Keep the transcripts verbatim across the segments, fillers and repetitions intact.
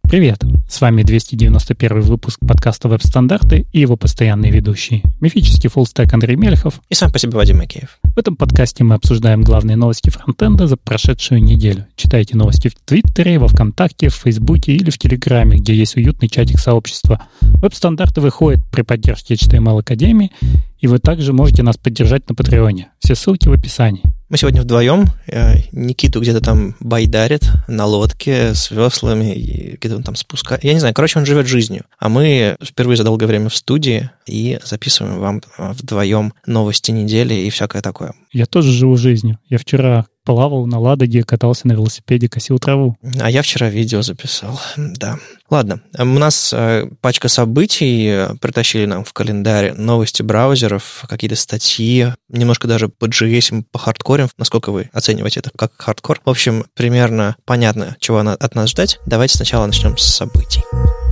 Привет! С вами двести девяносто первый выпуск подкаста «Веб-стандарты» и его постоянные ведущие. Мифический фуллстек Андрей Мелехов. И сам по себе Вадим Макеев. В этом подкасте мы обсуждаем главные новости фронтенда за прошедшую неделю. Читайте новости в Твиттере, во Вконтакте, в Фейсбуке или в Телеграме, где есть уютный чатик сообщества. Веб-стандарты выходят при поддержке эйч ти эм эл Академии, и вы также можете нас поддержать на Патреоне. Все ссылки в описании. Мы сегодня вдвоем. Никиту где-то там байдарит на лодке с веслами, и где-то он там спускает. Я не знаю, короче, он живет жизнью. А мы впервые за долгое время в студии и записываем вам вдвоем новости недели и всякое такое. Я тоже живу жизнью. Я вчера плавал на Ладоге, катался на велосипеде, косил траву. А я вчера видео записал, да. Ладно, у нас пачка событий, притащили нам в календарь новости браузеров, какие-то статьи, немножко даже по джей эс, по хардкорам, насколько вы оцениваете это как хардкор. В общем, примерно понятно, чего от нас ждать. Давайте сначала начнем с событий.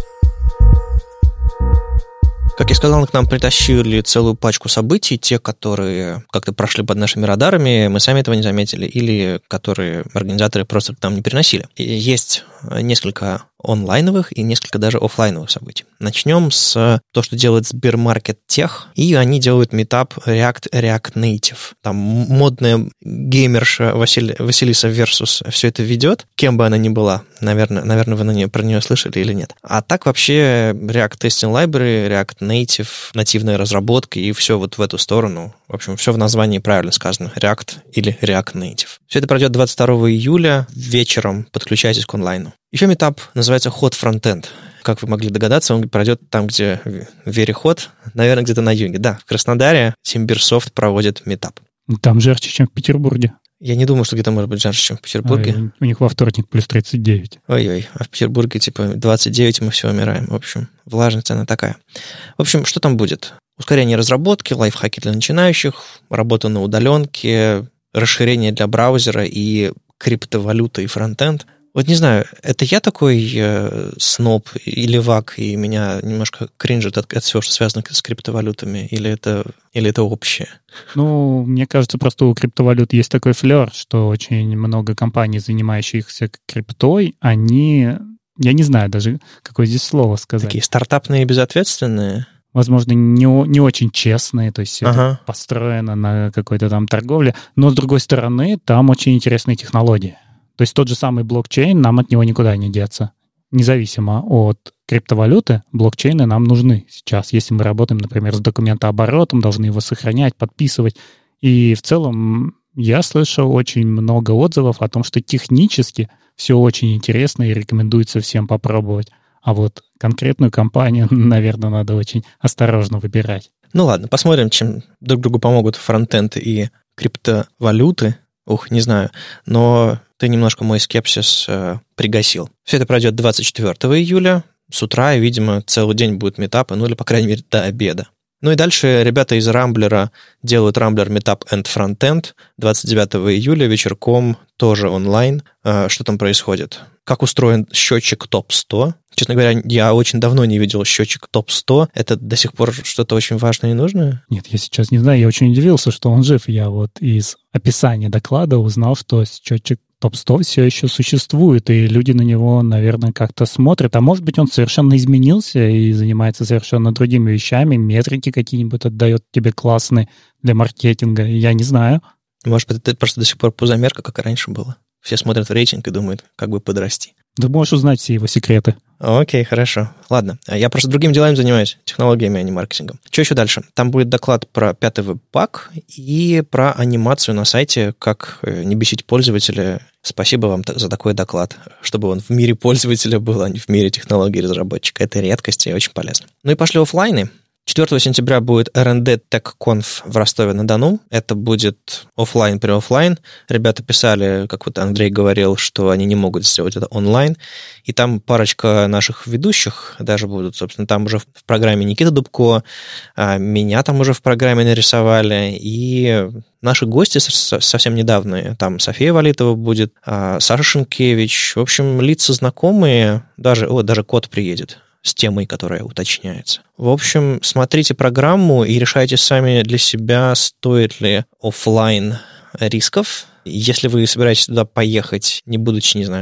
Как я сказал, к нам притащили целую пачку событий, те, которые как-то прошли под нашими радарами, мы сами этого не заметили, или которые организаторы просто к нам не переносили. И есть несколько онлайновых и несколько даже офлайновых событий. Начнем с того, что делает Сбермаркет Тех, и они делают митап React React Native. Там модная геймерша Васили, Василиса Versus все это ведет, кем бы она ни была. Наверное, наверное вы на нее, про нее слышали или нет. А так вообще React Testing Library, React Native, нативная разработка и все вот в эту сторону. В общем, все в названии правильно сказано. React или React Native. Все это пройдет двадцать второго июля вечером. Подключайтесь к онлайну. Еще митап называется Hot Frontend. Как вы могли догадаться, он пройдет там, где Very Hot, наверное, где-то на юге. Да, в Краснодаре Симбирсофт проводит митап. Там жарче, чем в Петербурге. Я не думаю, что где-то может быть жарче, чем в Петербурге. А, у них во вторник плюс тридцать девять. Ой-ой, а в Петербурге типа двадцать девять, мы все умираем. В общем, влажность она такая. В общем, что там будет? Ускорение разработки, лайфхаки для начинающих, работа на удаленке, расширение для браузера и криптовалюта и фронтенд. Вот не знаю, это я такой э, сноб или вак, и меня немножко кринжит от, от всего, что связано с криптовалютами, или это, или это общее? Ну, мне кажется, просто у криптовалют есть такой флер, что очень много компаний, занимающихся криптой, они, я не знаю даже, какое здесь слово сказать. Такие стартапные и безответственные? Возможно, не, не очень честные, то есть все ага. это построено на какой-то там торговле, но, с другой стороны, там очень интересные технологии. То есть тот же самый блокчейн, нам от него никуда не деться. Независимо от криптовалюты, блокчейны нам нужны сейчас. Если мы работаем, например, с документооборотом, должны его сохранять, подписывать. И в целом я слышал очень много отзывов о том, что технически все очень интересно и рекомендуется всем попробовать. А вот конкретную компанию, наверное, надо очень осторожно выбирать. Ну ладно, посмотрим, чем друг другу помогут фронтенд и криптовалюты. Ух, не знаю, но ты немножко мой скепсис э, пригасил. Все это пройдет двадцать четвёртого июля с утра, и, видимо, целый день будет митапы, ну или, по крайней мере, до обеда. Ну и дальше ребята из Рамблера делают Рамблер Meetup and Frontend двадцать девятого июля вечерком, тоже онлайн. Э, что там происходит? Как устроен счетчик топ сто? Честно говоря, я очень давно не видел счетчик топ сто. Это до сих пор что-то очень важное и нужное? Нет, я сейчас не знаю. Я очень удивился, что он жив. Я вот из описания доклада узнал, что счетчик топ сто все еще существует, и люди на него, наверное, как-то смотрят. А может быть, он совершенно изменился и занимается совершенно другими вещами, метрики какие-нибудь отдает тебе классные для маркетинга. Я не знаю. Может быть, это просто до сих пор пузомерка, как и раньше было. Все смотрят в рейтинг и думают, как бы подрасти. Ты можешь узнать все его секреты. Окей, хорошо. Ладно, я просто другими делами занимаюсь, технологиями, а не маркетингом. Что еще дальше? Там будет доклад про пятый веб-пак и про анимацию на сайте, как не бесить пользователя. Спасибо вам за такой доклад, чтобы он в мире пользователя был, а не в мире технологий разработчика. Это редкость и очень полезно. Ну и пошли офлайны. четвёртого сентября будет эр энд ди TechConf в Ростове-на-Дону. Это будет офлайн при офлайн. Ребята писали, как вот Андрей говорил, что они не могут сделать это онлайн. И там парочка наших ведущих даже будут. Собственно, там уже в программе Никита Дубко, меня там уже в программе нарисовали. И наши гости совсем недавно. Там София Валитова будет, Саша Шенкевич. В общем, лица знакомые. Даже, о, даже кот приедет с темой, которая уточняется. В общем, смотрите программу и решайте сами для себя, стоит ли офлайн рисков. Если вы собираетесь туда поехать, не будучи, не знаю, там,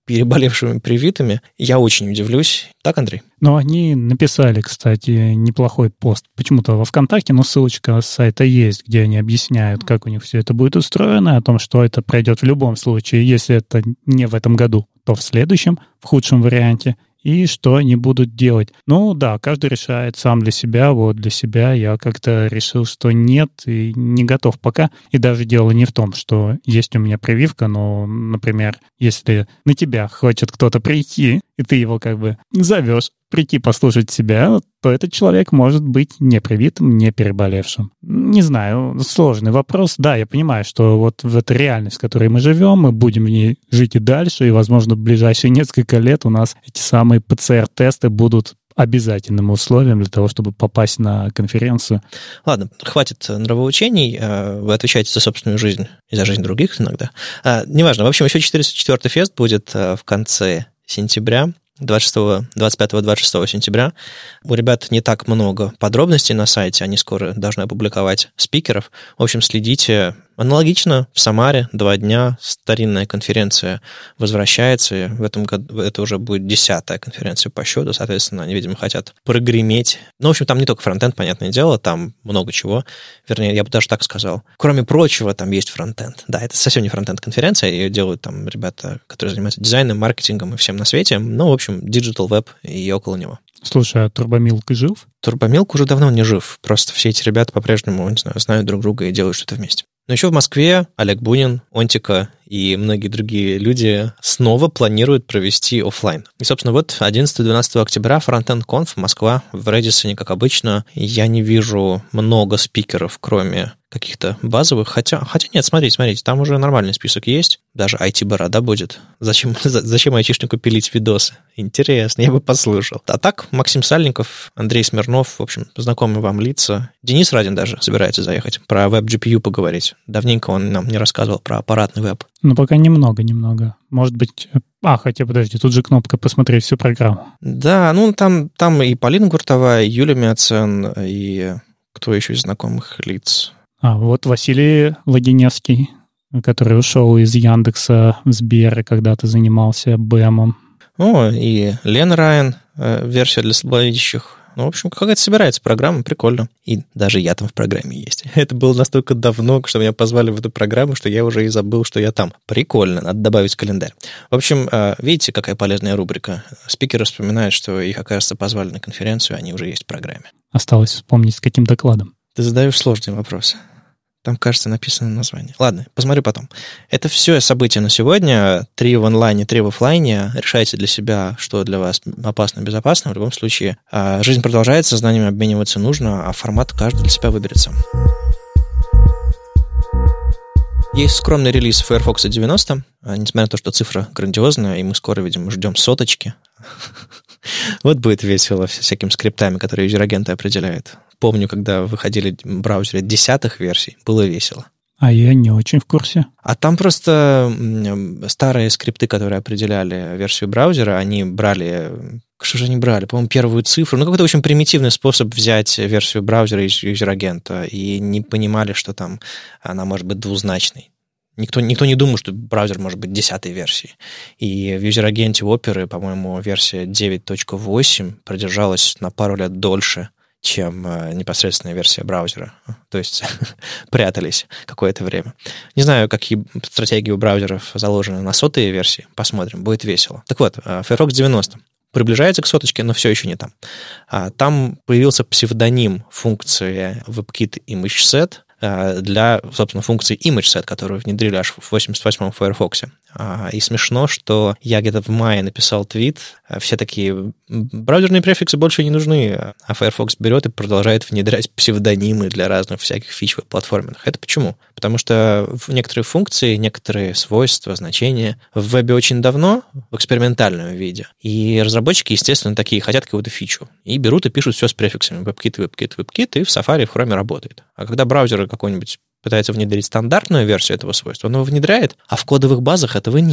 переболевшими привитыми, я очень удивлюсь. Так, Андрей? Но они написали, кстати, неплохой пост. Почему-то во ВКонтакте, но ссылочка с сайта есть, где они объясняют, как у них все это будет устроено, о том, что это пройдет в любом случае. Если это не в этом году, то в следующем, в худшем варианте. И что они будут делать. Ну да, каждый решает сам для себя. Вот для себя я как-то решил, что нет, и не готов пока. И даже дело не в том, что есть у меня прививка, но, например, если на тебя хочет кто-то прийти, и ты его как бы зовешь прийти послушать себя, то этот человек может быть не привитым, не переболевшим. Не знаю, сложный вопрос. Да, я понимаю, что вот в этой реальность, в которой мы живем, мы будем в ней жить и дальше, и, возможно, в ближайшие несколько лет у нас эти самые ПЦР-тесты будут обязательным условием для того, чтобы попасть на конференцию. Ладно, хватит нравоучений, вы отвечаете за собственную жизнь и за жизнь других иногда. Неважно, в общем, еще четырежды четвёртый фест будет в конце сентября. двадцать шестого, двадцать пятого двадцать шестого сентября. У ребят не так много подробностей на сайте, они скоро должны опубликовать спикеров. В общем, следите. Аналогично в Самаре два дня, старинная конференция возвращается. В этом году это уже будет десятая конференция по счету, соответственно, они, видимо, хотят прогреметь. Ну, в общем, там не только фронтенд, понятное дело, там много чего. Вернее, я бы даже так сказал. Кроме прочего, там есть фронтенд. Да, это совсем не фронтенд-конференция, ее делают там ребята, которые занимаются дизайном, маркетингом и всем на свете. Ну, в общем, Digital Web и около него. Слушай, а Турбомилк жив? Турбомилк уже давно не жив. Просто все эти ребята по-прежнему, не знаю, знают друг друга и делают что-то вместе. Но еще в Москве Олег Бунин, Онтика и многие другие люди снова планируют провести офлайн. И, собственно, вот одиннадцатого-двенадцатого октября Frontend Conf, Москва, в Редисоне, как обычно. Я не вижу много спикеров, кроме каких-то базовых. Хотя, хотя нет, смотрите, смотрите, там уже нормальный список есть. Даже ай ти-борода будет. Зачем, зачем айтишнику пилить видосы? Интересно, я бы послушал. А так, Максим Сальников, Андрей Смирнов, в общем, знакомые вам лица. Денис Радин даже собирается заехать, про веб-джи пи ю поговорить. Давненько он нам не рассказывал про аппаратный веб. Ну, пока немного, немного. Может быть... А, хотя, подожди, тут же кнопка «Посмотреть всю программу». Да, ну, там, там и Полина Гуртова, и Юлия Миоцен, и кто еще из знакомых лиц? А, вот Василий Ладеневский, который ушел из Яндекса в Сбер и когда-то занимался бэмом. О, и Лена Райан, версия для слабовидящих. Ну, в общем, какая-то собирается программа, прикольно. И даже я там в программе есть. Это было настолько давно, что меня позвали в эту программу, что я уже и забыл, что я там. Прикольно, надо добавить в календарь. В общем, видите, какая полезная рубрика. Спикеры вспоминают, что их, оказывается, позвали на конференцию, они уже есть в программе. Осталось вспомнить, с каким докладом. Ты задаешь сложные вопросы. Там, кажется, написано название. Ладно, посмотрю потом. Это все события на сегодня. Три в онлайне, три в офлайне. Решайте для себя, что для вас опасно и безопасно. В любом случае, жизнь продолжается, знаниями обмениваться нужно, а формат каждый для себя выберет сам. Есть скромный релиз Firefox девяносто, несмотря на то, что цифра грандиозная, и мы скоро, видимо, ждем соточки. Вот будет весело всякими скриптами, которые юзер-агенты определяют. Помню, когда выходили в браузере десятых версий, было весело. А я не очень в курсе. А там просто старые скрипты, которые определяли версию браузера, они брали... Что же они брали? По-моему, первую цифру. Ну, какой-то очень примитивный способ взять версию браузера из юзер-агента, и не понимали, что там она может быть двузначной. Никто, никто не думал, что браузер может быть десятой версии. И в юзер-агенте Opera, по-моему, версия девять точка восемь продержалась на пару лет дольше, чем непосредственная версия браузера. То есть прятались какое-то время. Не знаю, какие стратегии у браузеров заложены на сотые версии. Посмотрим, будет весело. Так вот, Firefox девяносто. Приближается к соточке, но все еще не там. Там появился псевдоним функции WebKit ImageSet для, собственно, функции ImageSet, которую внедрили аж в восемьдесят восьмом Firefox. И смешно, что я где-то в мае написал твит, все такие, браузерные префиксы больше не нужны, а Firefox берет и продолжает внедрять псевдонимы для разных всяких фич в платформенных. Это почему? Потому что некоторые функции, некоторые свойства, значения в вебе очень давно, в экспериментальном виде, и разработчики, естественно, такие хотят какую-то фичу, и берут и пишут все с префиксами WebKit, WebKit, WebKit, и в Safari, в Chrome работает. А когда браузер какой-нибудь пытается внедрить стандартную версию этого свойства, он его внедряет, а в кодовых базах этого нет.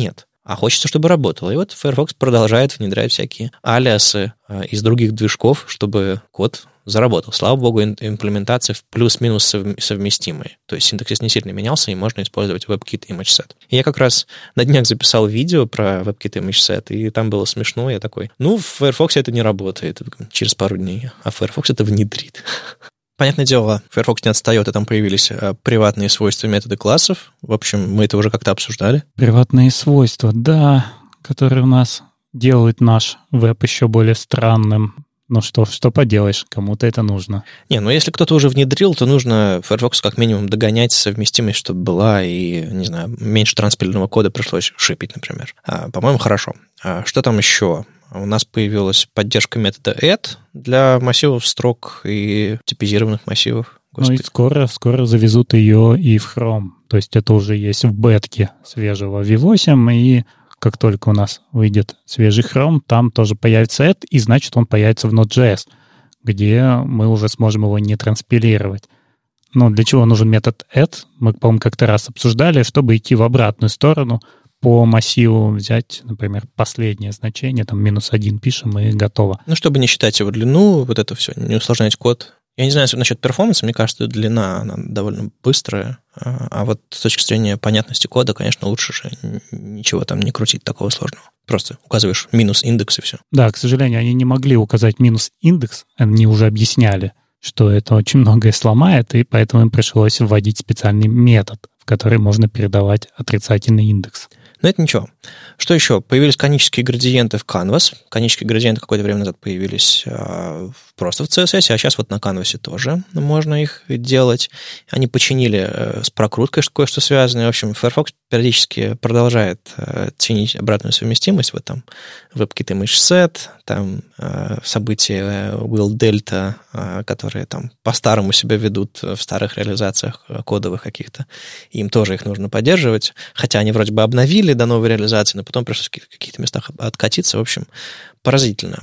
а хочется, чтобы работало. И вот Firefox продолжает внедрять всякие алиасы из других движков, чтобы код заработал. Слава богу, имплементация в плюс-минус совместимые. То есть синтаксис не сильно менялся, и можно использовать WebKit ImageSet. И я как раз на днях записал видео про WebKit ImageSet, и там было смешно. Я такой, ну, в Firefox это не работает через пару дней, а Firefox это внедрит. Понятное дело, Firefox не отстает, и там появились приватные свойства методы классов. В общем, мы это уже как-то обсуждали. Приватные свойства, да, которые у нас делают наш веб еще более странным. Ну что, что поделаешь, кому-то это нужно. Не, ну если кто-то уже внедрил, то нужно Firefox как минимум догонять совместимость, чтобы была, и, не знаю, меньше транспилированного кода пришлось шипить, например. А, по-моему, хорошо. А что там еще? У нас появилась поддержка метода add для массивов строк и типизированных массивов. Господи. Ну и скоро, скоро завезут ее и в Chrome. То есть это уже есть в бетке свежего ви восемь, и как только у нас выйдет свежий Chrome, там тоже появится add, и значит он появится в Node.js, где мы уже сможем его не транспилировать. Но для чего нужен метод add? Мы, по-моему, как-то раз обсуждали, чтобы идти в обратную сторону, по массиву взять, например, последнее значение, там минус один пишем, и готово. Ну, чтобы не считать его длину, вот это все, не усложнять код. Я не знаю насчет перформанса, мне кажется, длина она довольно быстрая, а вот с точки зрения понятности кода, конечно, лучше же ничего там не крутить такого сложного. Просто указываешь минус индекс и все. Да, к сожалению, они не могли указать минус индекс, они уже объясняли, что это очень многое сломает, и поэтому им пришлось вводить специальный метод, в который можно передавать отрицательный индекс. Но это ничего. Что еще? Появились конические градиенты в Canvas. Конические градиенты какое-то время назад появились э, просто в си эс эс, а сейчас вот на Canvas тоже можно их делать. Они починили э, с прокруткой кое-что связанное. В общем, Firefox периодически продолжает э, ценить обратную совместимость. Вот там WebKit ImageSet, там э, события Will Delta, э, которые там по-старому себя ведут в старых реализациях кодовых каких-то. Им тоже их нужно поддерживать. Хотя они вроде бы обновили до новой реализации, но потом пришлось в каких-то местах откатиться. В общем, поразительно.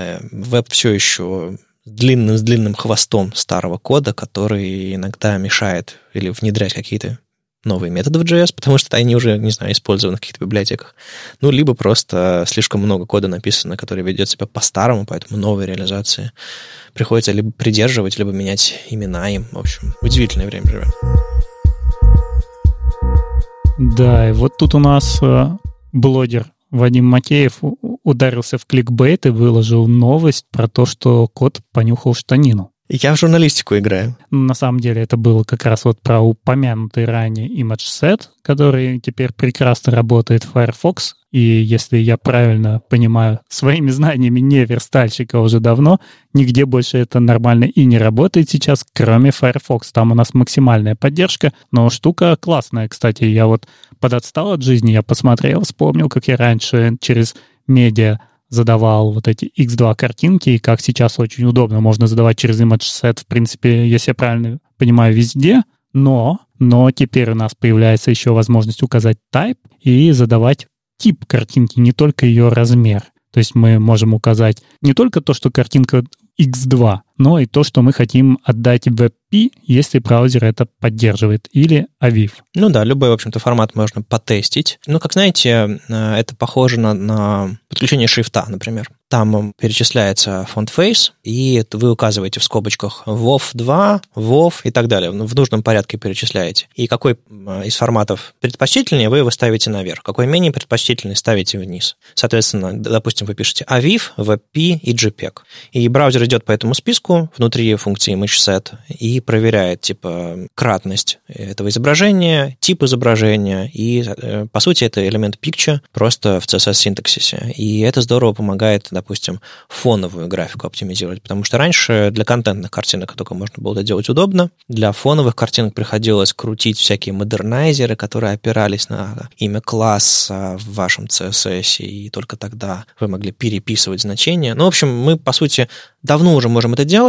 Веб все еще длинным, с длинным хвостом старого кода, который иногда мешает или внедрять какие-то новые методы в джей эс, потому что они уже, не знаю, использованы в каких-то библиотеках. Ну, либо просто слишком много кода написано, который ведет себя по-старому, поэтому новые реализации приходится либо придерживать, либо менять имена им. В общем, удивительное время живем. Да, и вот тут у нас э, блогер Вадим Макеев ударился в кликбейт и выложил новость про то, что кот понюхал штанину. Я в журналистику играю. На самом деле это было как раз вот про упомянутый ранее ImageSet, который теперь прекрасно работает в Firefox. И если я правильно понимаю, своими знаниями не верстальщика уже давно, нигде больше это нормально и не работает сейчас, кроме Firefox. Там у нас максимальная поддержка, но штука классная. Кстати, я вот подотстал от жизни, я посмотрел, вспомнил, как я раньше через медиа задавал вот эти икс два картинки, и как сейчас очень удобно, можно задавать через ImageSet, в принципе, если я правильно понимаю, везде, но, но теперь у нас появляется еще возможность указать type и задавать тип картинки, не только ее размер. То есть мы можем указать не только то, что картинка икс два, но и то, что мы хотим отдать WebP, если браузер это поддерживает, или Aviv. Ну да, любой, в общем-то, формат можно потестить. Ну, как знаете, это похоже на, на подключение шрифта, например. Там перечисляется фонд-фейс, и вы указываете в скобочках вов два, вов и так далее. В нужном порядке перечисляете. И какой из форматов предпочтительнее, вы его ставите наверх. Какой менее предпочтительный, ставите вниз. Соответственно, допустим, вы пишете Aviv, WebP и JPEG. И браузер идет по этому списку внутри функции ImageSet и проверяет, типа, кратность этого изображения, тип изображения, и, по сути, это элемент picture просто в си эс эс-синтаксисе. И это здорово помогает, допустим, фоновую графику оптимизировать, потому что раньше для контентных картинок только можно было это делать удобно, для фоновых картинок приходилось крутить всякие модернайзеры, которые опирались на имя класса в вашем си эс эс, и только тогда вы могли переписывать значения. Ну, в общем, мы, по сути, давно уже можем это делать,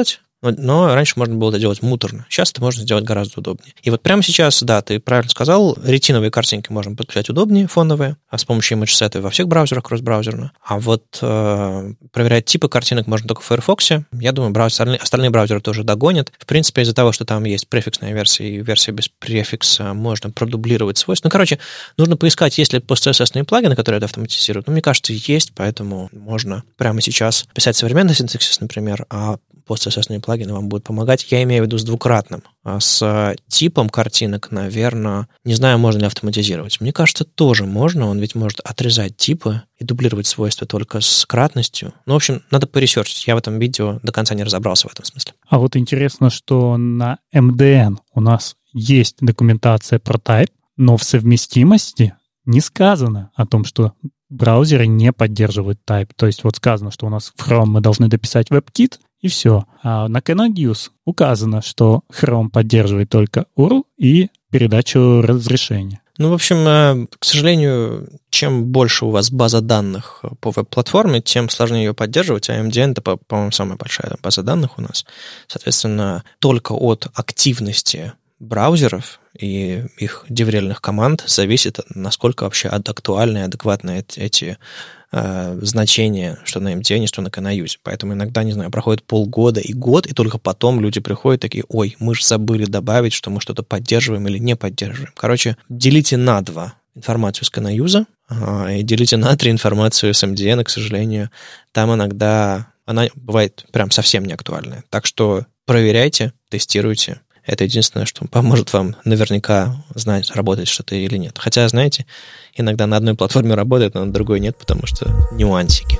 но, но раньше можно было это делать муторно. Сейчас это можно сделать гораздо удобнее. И вот прямо сейчас, да, ты правильно сказал, ретиновые картинки можно подключать удобнее, фоновые, а с помощью имидж-сета во всех браузерах кросс-браузерно. А вот э, проверять типы картинок можно только в Firefox. Я думаю, браузер, остальные, остальные браузеры тоже догонят. В принципе, из-за того, что там есть префиксная версия и версия без префикса, можно продублировать свойства. Ну, короче, нужно поискать, есть ли пост-си эс эс-ные плагины, которые это автоматизируют. Ну, мне кажется, есть, поэтому можно прямо сейчас писать современный синтаксис, например, а пост-си эс эс-ные плагины вам будут помогать. Я имею в виду с двукратным. А с типом картинок, наверное, не знаю, можно ли автоматизировать. Мне кажется, тоже можно. Он ведь может отрезать типы и дублировать свойства только с кратностью. Ну, в общем, надо поресерчить. Я в этом видео до конца не разобрался в этом смысле. А вот интересно, что на эм ди эн у нас есть документация про type, но в совместимости не сказано о том, что браузеры не поддерживают type. То есть вот сказано, что у нас в Chrome мы должны дописать WebKit, и все. А на CanonUse указано, что Chrome поддерживает только ю ар эл и передачу разрешения. Ну, в общем, к сожалению, чем больше у вас база данных по веб-платформе, тем сложнее ее поддерживать, а эм ди эн это, по-моему, самая большая база данных у нас. Соответственно, только от активности браузеров и их деврельных команд зависит, насколько вообще актуальны и адекватны эти э, значения, что на эм ди эн, что на CanonUse. Поэтому иногда, не знаю, проходит полгода и год, и только потом люди приходят такие: ой, мы же забыли добавить, что мы что-то поддерживаем или не поддерживаем. Короче, делите на два информацию с CanonUse э, и делите на три информацию с эм ди эн, к сожалению. Там иногда она бывает прям совсем неактуальная. Так что проверяйте, тестируйте. Это единственное, что поможет вам наверняка знать, работает что-то или нет. Хотя, знаете, иногда на одной платформе работает, а на другой нет, потому что нюансики.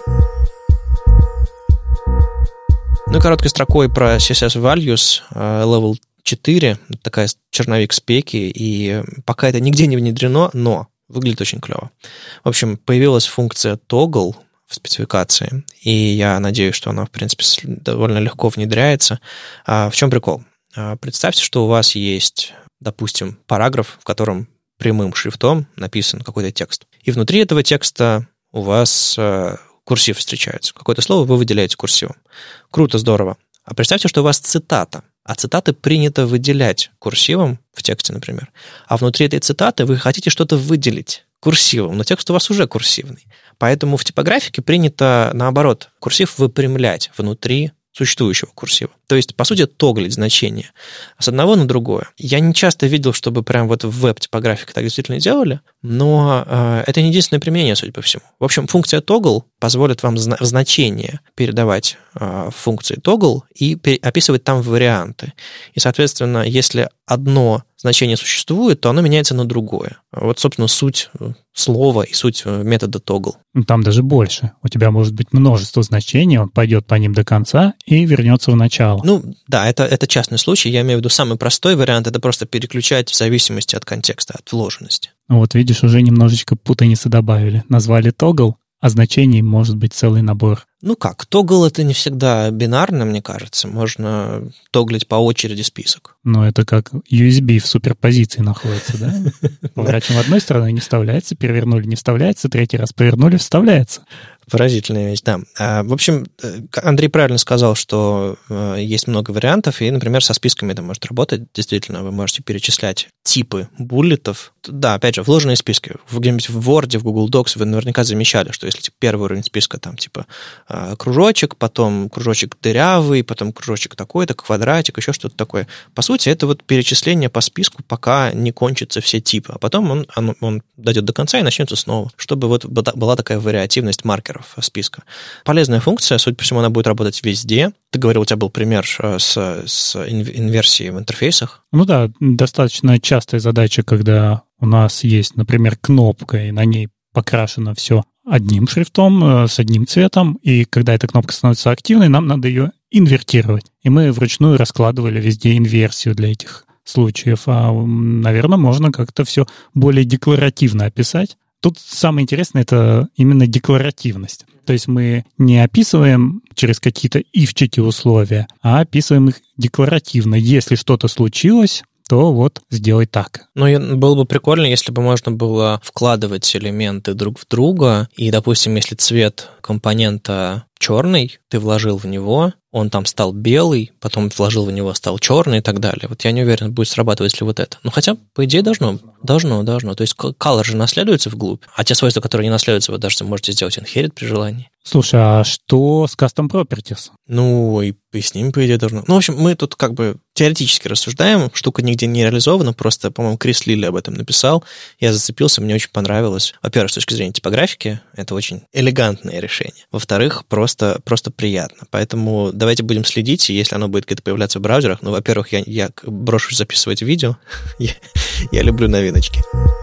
Ну и короткой строкой про си эс эс Values, Level четыре, такая черновик спеки, и пока это нигде не внедрено, но выглядит очень клево. В общем, появилась функция toggle в спецификации, и я надеюсь, что она, в принципе, довольно легко внедряется. А в чем прикол? Представьте, что у вас есть, допустим, параграф, в котором прямым шрифтом написан какой-то текст. И внутри этого текста у вас курсив встречается. Какое-то слово вы выделяете курсивом. Круто, здорово. А представьте, что у вас цитата. А цитаты принято выделять курсивом в тексте, например. А внутри этой цитаты вы хотите что-то выделить курсивом, но текст у вас уже курсивный. Поэтому в типографике принято, наоборот, курсив выпрямлять внутри существующего курсива. То есть, по сути, тоглить значения с одного на другое. Я не часто видел, чтобы прям вот в веб-типографике так действительно делали, но э, это не единственное применение, судя по всему. В общем, функция toggle позволит вам в значение передавать э, функции toggle и описывать там варианты. И, соответственно, если одно значение существует, то оно меняется на другое. Вот, собственно, суть слова и суть метода toggle. Там даже больше. У тебя может быть множество значений, он пойдет по ним до конца и вернется в начало. Ну, да, это, это частный случай. Я имею в виду самый простой вариант, это просто переключать в зависимости от контекста, от вложенности. Вот видишь, уже немножечко путаницы добавили. Назвали toggle, а значений может быть целый набор. Ну как, тогл это не всегда бинарно, мне кажется. Можно тоглить по очереди список. Ну, это как ю эс би в суперпозиции находится, да? Поворачиваем одной стороной, не вставляется, перевернули, не вставляется, третий раз повернули, вставляется. Поразительная вещь, да. В общем, Андрей правильно сказал, что есть много вариантов, и, например, со списками это может работать. Действительно, вы можете перечислять типы буллетов. Да, опять же, вложенные списки. Где-нибудь в Word, в Google Docs вы наверняка замечали, что если первый уровень списка там типа кружочек, потом кружочек дырявый, потом кружочек такой-то, квадратик, еще что-то такое. По сути, это вот перечисление по списку, пока не кончатся все типы. А потом он, он, он дойдет до конца и начнется снова, чтобы вот была такая вариативность маркеров списка. Полезная функция, судя по всему, она будет работать везде. Ты говорил, у тебя был пример с, с инверсией в интерфейсах. Ну да, достаточно частая задача, когда у нас есть, например, кнопка, и на ней покрашено все одним шрифтом, с одним цветом, и когда эта кнопка становится активной, нам надо ее инвертировать. И мы вручную раскладывали везде инверсию для этих случаев. А, наверное, можно как-то все более декларативно описать. Тут самое интересное — это именно декларативность. То есть мы не описываем через какие-то ифчики условия, а описываем их декларативно. Если что-то случилось, то вот сделай так. Ну, было бы прикольно, если бы можно было вкладывать элементы друг в друга, и, допустим, если цвет компонента черный, ты вложил в него, он там стал белый, потом вложил в него, стал черный и так далее. Вот я не уверен, будет срабатывать ли вот это. Ну, хотя, по идее, должно. Должно, должно. То есть color же наследуется вглубь, а те свойства, которые не наследуются, вы даже можете сделать inherit при желании. Слушай, а что с custom properties? Ну, и, и с ними, по идее, должно. Ну, в общем, мы тут как бы теоретически рассуждаем, штука нигде не реализована, просто, по-моему, Крис Лилли об этом написал, я зацепился, мне очень понравилось. Во-первых, с точки зрения типографики, это очень элегантное решение. Во-вторых, просто, просто приятно. Поэтому давайте будем следить, и если оно будет где-то появляться в браузерах, ну, во-первых, я, я брошусь записывать видео, я, я люблю новиночки.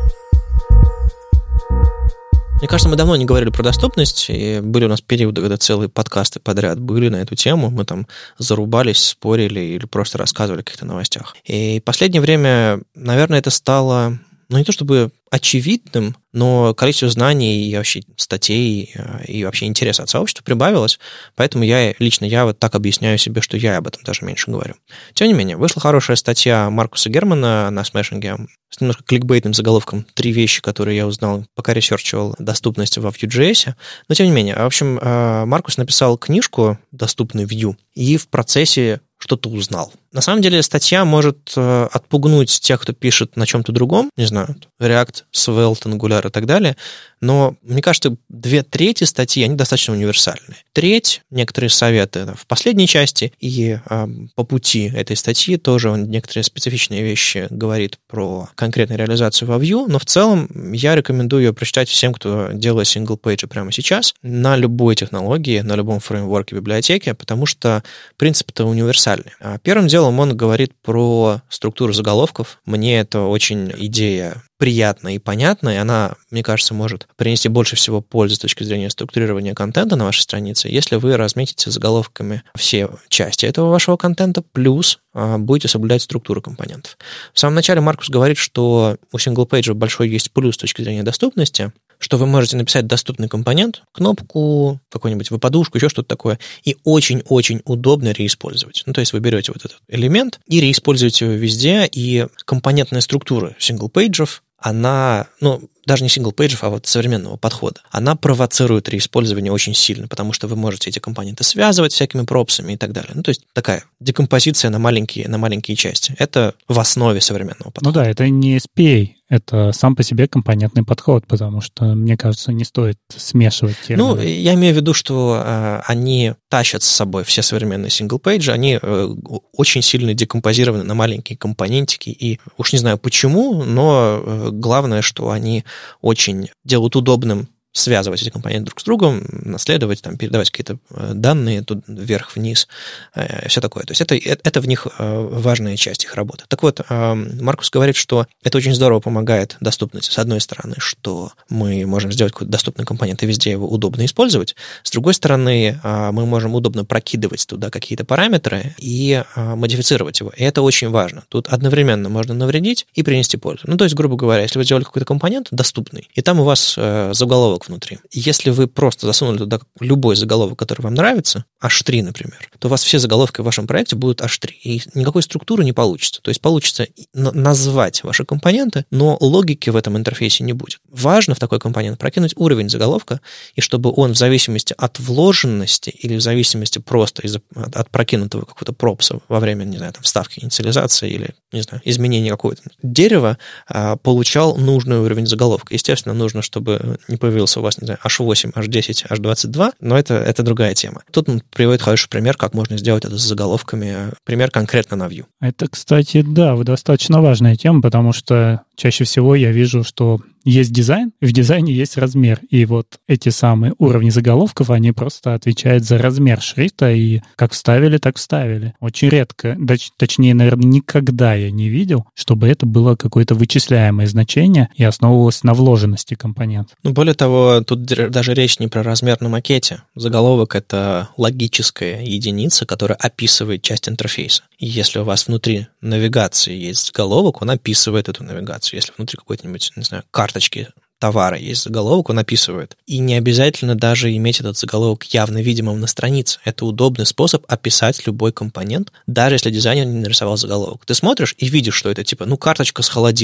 Мне кажется, мы давно не говорили про доступность, и были у нас периоды, когда целые подкасты подряд были на эту тему, мы там зарубались, спорили или просто рассказывали о каких-то новостях. И в последнее время, наверное, это стало, ну, не то чтобы очевидным, но количество знаний и вообще статей и вообще интереса от сообщества прибавилось, поэтому я лично я вот так объясняю себе, что я об этом даже меньше говорю. Тем не менее, вышла хорошая статья Маркуса Германа на смешинге с немножко кликбейтным заголовком «Три вещи, которые я узнал, пока ресерчивал доступность во Vue.js». Но тем не менее, в общем, Маркус написал книжку «Доступный Vue» и в процессе что-то узнал. На самом деле статья может отпугнуть тех, кто пишет на чем-то другом, не знаю, React, Svelte, Angular и так далее, но, мне кажется, две трети статьи, они достаточно универсальны. Треть, некоторые советы в последней части, и э, по пути этой статьи тоже он некоторые специфичные вещи говорит про конкретную реализацию во Vue, но в целом я рекомендую ее прочитать всем, кто делает сингл-пейджи прямо сейчас, на любой технологии, на любом фреймворке, библиотеке, потому что принцип-то универсальный. Первым делом он говорит про структуру заголовков. Мне это очень идея приятная и понятная, и она, мне кажется, может принести больше всего пользы с точки зрения структурирования контента на вашей странице, если вы разметите заголовками все части этого вашего контента, плюс а, будете соблюдать структуру компонентов. В самом начале Маркус говорит, что у синглпейджа большой есть плюс с точки зрения доступности, что вы можете написать доступный компонент, кнопку, какую-нибудь выпадушку, еще что-то такое, и очень-очень удобно реиспользовать. Ну, то есть вы берете вот этот элемент и реиспользуете его везде, и компонентная структура синглпейджев, она, ну, даже не синглпейджев, а вот современного подхода, она провоцирует реиспользование очень сильно, потому что вы можете эти компоненты связывать всякими пропсами и так далее. Ну, то есть такая декомпозиция на маленькие, на маленькие части. Это в основе современного подхода. Ну да, это не эс пи эй, это сам по себе компонентный подход, потому что, мне кажется, не стоит смешивать термины. Ну, я имею в виду, что э, они тащат с собой все современные синглпейджи, они э, очень сильно декомпозированы на маленькие компонентики, и уж не знаю почему, но э, главное, что они очень делают удобным связывать эти компоненты друг с другом, наследовать, там, передавать какие-то данные тут вверх-вниз, э, все такое. То есть это, это в них важная часть их работы. Так вот, э, Маркус говорит, что это очень здорово помогает доступности. С одной стороны, что мы можем сделать какой-то доступный компонент и везде его удобно использовать. С другой стороны, э, мы можем удобно прокидывать туда какие-то параметры и э, модифицировать его. И это очень важно. Тут одновременно можно навредить и принести пользу. Ну, то есть, грубо говоря, если вы сделали какой-то компонент доступный, и там у вас э, заголовок внутри. Если вы просто засунули туда любой заголовок, который вам нравится, эйч три, например, то у вас все заголовки в вашем проекте будут эйч три, и никакой структуры не получится. То есть получится назвать ваши компоненты, но логики в этом интерфейсе не будет. Важно в такой компонент прокинуть уровень заголовка, и чтобы он в зависимости от вложенности или в зависимости просто из от, от прокинутого какого-то пропса во время, не знаю, там, вставки инициализации или, не знаю, изменения какого-то дерева, получал нужный уровень заголовка. Естественно, нужно, чтобы не появился у вас, не знаю, эйч восемь, эйч десять, эйч двадцать два, но это, это другая тема. Тут он приводит хороший пример, как можно сделать это с заголовками. Пример конкретно на Vue. Это, кстати, да, достаточно важная тема, потому что чаще всего я вижу, что есть дизайн, и в дизайне есть размер. И вот эти самые уровни заголовков, они просто отвечают за размер шрифта, и как вставили, так вставили. Очень редко, точнее, наверное, никогда я не видел, чтобы это было какое-то вычисляемое значение и основывалось на вложенности компонента. Ну, более того, тут даже речь не про размер на макете. Заголовок — это логическая единица, которая описывает часть интерфейса. И если у вас внутри навигации есть заголовок, он описывает эту навигацию. Если внутри какой-нибудь, не знаю, карточки товара есть заголовок, он описывает. И не обязательно даже иметь этот заголовок явно видимым на странице. Это удобный способ описать любой компонент, даже если дизайнер не нарисовал заголовок. Ты смотришь и видишь, что это типа, ну, карточка с холодильником.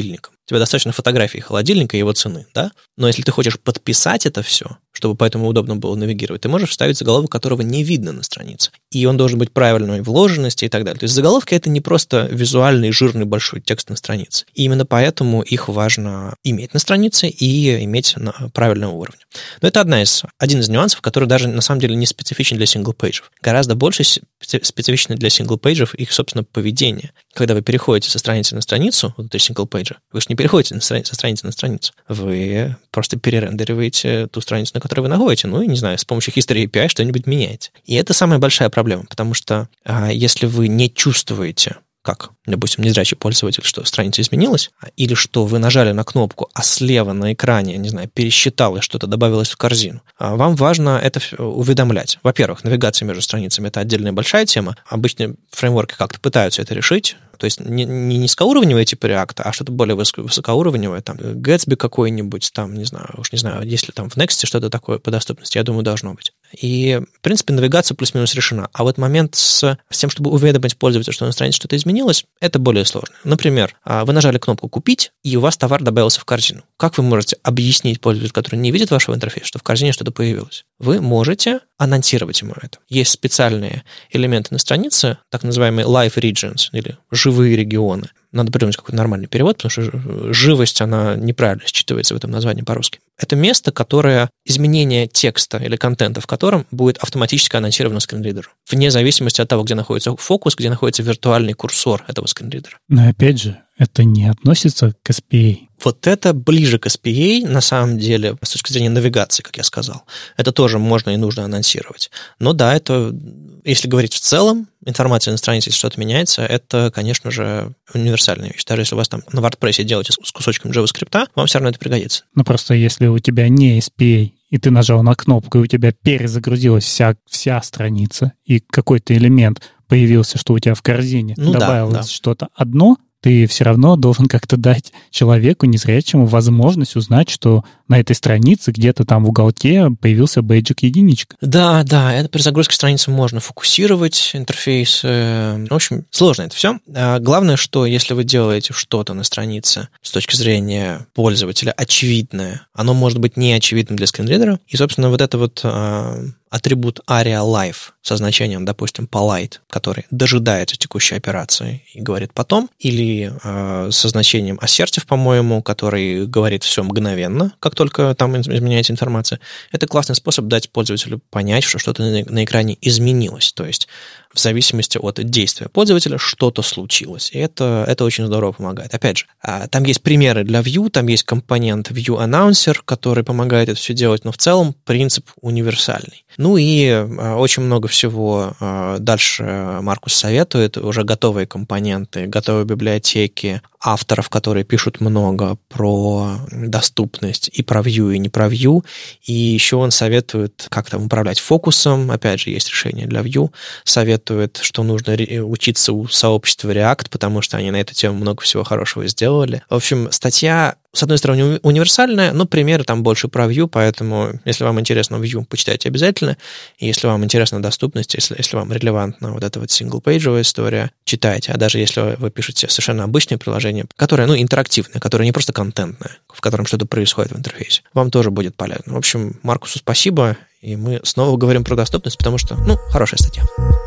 У тебя достаточно фотографий холодильника и его цены, да? Но если ты хочешь подписать это все, чтобы поэтому удобно было навигировать, ты можешь вставить заголовок, которого не видно на странице. И он должен быть правильной вложенности и так далее. То есть заголовки — это не просто визуальный, жирный, большой текст на странице. И именно поэтому их важно иметь на странице и иметь на правильном уровне. Но это одна из, один из нюансов, который даже на самом деле не специфичен для сингл-пейджев. Гораздо больше специфично для сингл-пейджев их, собственно, поведение. Когда вы переходите со страницы на страницу, вот этой сингл-пейджа, вы же не переходите на страни- со страницы на страницу. Вы просто перерендериваете ту страницу, на которой вы находите, ну и, не знаю, с помощью History эй пи ай что-нибудь меняете. И это самая большая проблема, потому что а, если вы не чувствуете, как, допустим, незрячий пользователь, что страница изменилась, или что вы нажали на кнопку, а слева на экране, не знаю, пересчитал и что-то добавилось в корзину, вам важно это уведомлять. Во-первых, навигация между страницами — это отдельная большая тема. Обычно фреймворки как-то пытаются это решить. То есть не, не низкоуровневое типа React, а что-то более высокоуровневое, там, Gatsby какой-нибудь, там, не знаю, уж не знаю, если там в Next что-то такое по доступности, я думаю, должно быть. И, в принципе, навигация плюс-минус решена. А вот момент с, с тем, чтобы уведомить пользователя, что на странице что-то изменилось, это более сложно. Например, вы нажали кнопку «Купить», и у вас товар добавился в корзину. Как вы можете объяснить пользователю, который не видит вашего интерфейса, что в корзине что-то появилось? Вы можете анонсировать ему это. Есть специальные элементы на странице, так называемые live regions, или живые регионы. Надо придумать какой-то нормальный перевод, потому что живость, она неправильно считывается в этом названии по-русски. Это место, которое, изменение текста или контента в котором будет автоматически анонсировано скринридеру, вне зависимости от того, где находится фокус, где находится виртуальный курсор этого скринридера. Но опять же, это не относится к эс пи эй. Вот это ближе к эс пи эй, на самом деле, с точки зрения навигации, как я сказал. Это тоже можно и нужно анонсировать. Но да, это, если говорить в целом, информация на странице, если что-то меняется, это, конечно же, универсальная вещь. Даже если у вас там на WordPress делаете с кусочком JavaScript, вам все равно это пригодится. Ну, просто если у тебя не эс пи эй, и ты нажал на кнопку, и у тебя перезагрузилась вся, вся страница, и какой-то элемент появился, что у тебя в корзине ну, добавилось да, да. что-то одно, ты все равно должен как-то дать человеку незрячему возможность узнать, что на этой странице где-то там в уголке появился бейджик единичка. Да, да, это при загрузке страницы можно фокусировать интерфейс. В общем, сложно это все. Главное, что если вы делаете что-то на странице с точки зрения пользователя очевидное, оно может быть не очевидным для скринридера. И, собственно, вот это вот атрибут aria live со значением, допустим, polite, который дожидается текущей операции и говорит потом, или э, со значением assertive, по-моему, который говорит все мгновенно, как только там изменяется информация. Это классный способ дать пользователю понять, что что-то на, на экране изменилось. То есть в зависимости от действия пользователя что-то случилось. И это, это очень здорово помогает. Опять же, там есть примеры для Vue, там есть компонент Vue Announcer, который помогает это все делать, но в целом принцип универсальный. Ну и очень много всего дальше Маркус советует, уже готовые компоненты, готовые библиотеки, авторов, которые пишут много про доступность и про Vue, и не про Vue. И еще он советует, как там управлять фокусом. Опять же, есть решение для Vue. Советует, что нужно учиться у сообщества React, потому что они на эту тему много всего хорошего сделали. В общем, статья, с одной стороны, универсальная, но примеры там больше про Vue, поэтому, если вам интересно Vue, почитайте обязательно. И если вам интересна доступность, если, если вам релевантна вот эта вот синглпейджевая история, читайте. А даже если вы пишете совершенно обычное приложение, которое, ну, интерактивное, которое не просто контентное, в котором что-то происходит в интерфейсе, вам тоже будет полезно. В общем, Маркусу спасибо, и мы снова говорим про доступность, потому что, ну, хорошая статья.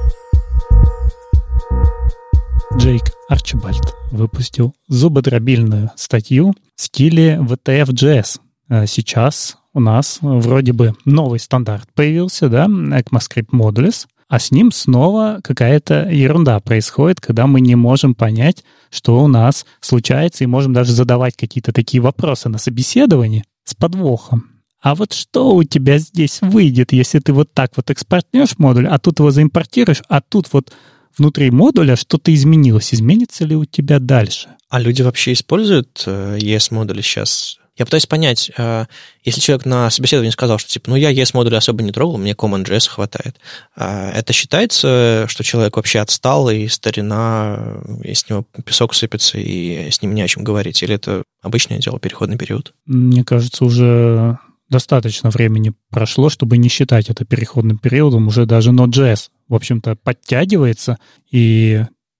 Джейк Арчибальд выпустил зубодробильную статью в стиле ви ти эф джей эс. Сейчас у нас вроде бы новый стандарт появился, да, ECMAScript Modules, а с ним снова какая-то ерунда происходит, когда мы не можем понять, что у нас случается, и можем даже задавать какие-то такие вопросы на собеседовании с подвохом. А вот что у тебя здесь выйдет, если ты вот так вот экспортнешь модуль, а тут его заимпортируешь, а тут вот внутри модуля что-то изменилось. Изменится ли у тебя дальше? А люди вообще используют и эс-модули сейчас? Я пытаюсь понять, если человек на собеседовании сказал, что типа, ну, я и эс-модули особо не трогал, мне Common.js хватает. Это считается, что человек вообще отстал, и старина, и с него песок сыпется, и с ним не о чем говорить? Или это обычное дело, переходный период? Мне кажется, уже достаточно времени прошло, чтобы не считать это переходным периодом. Уже даже Node.js, в общем-то, подтягивается, и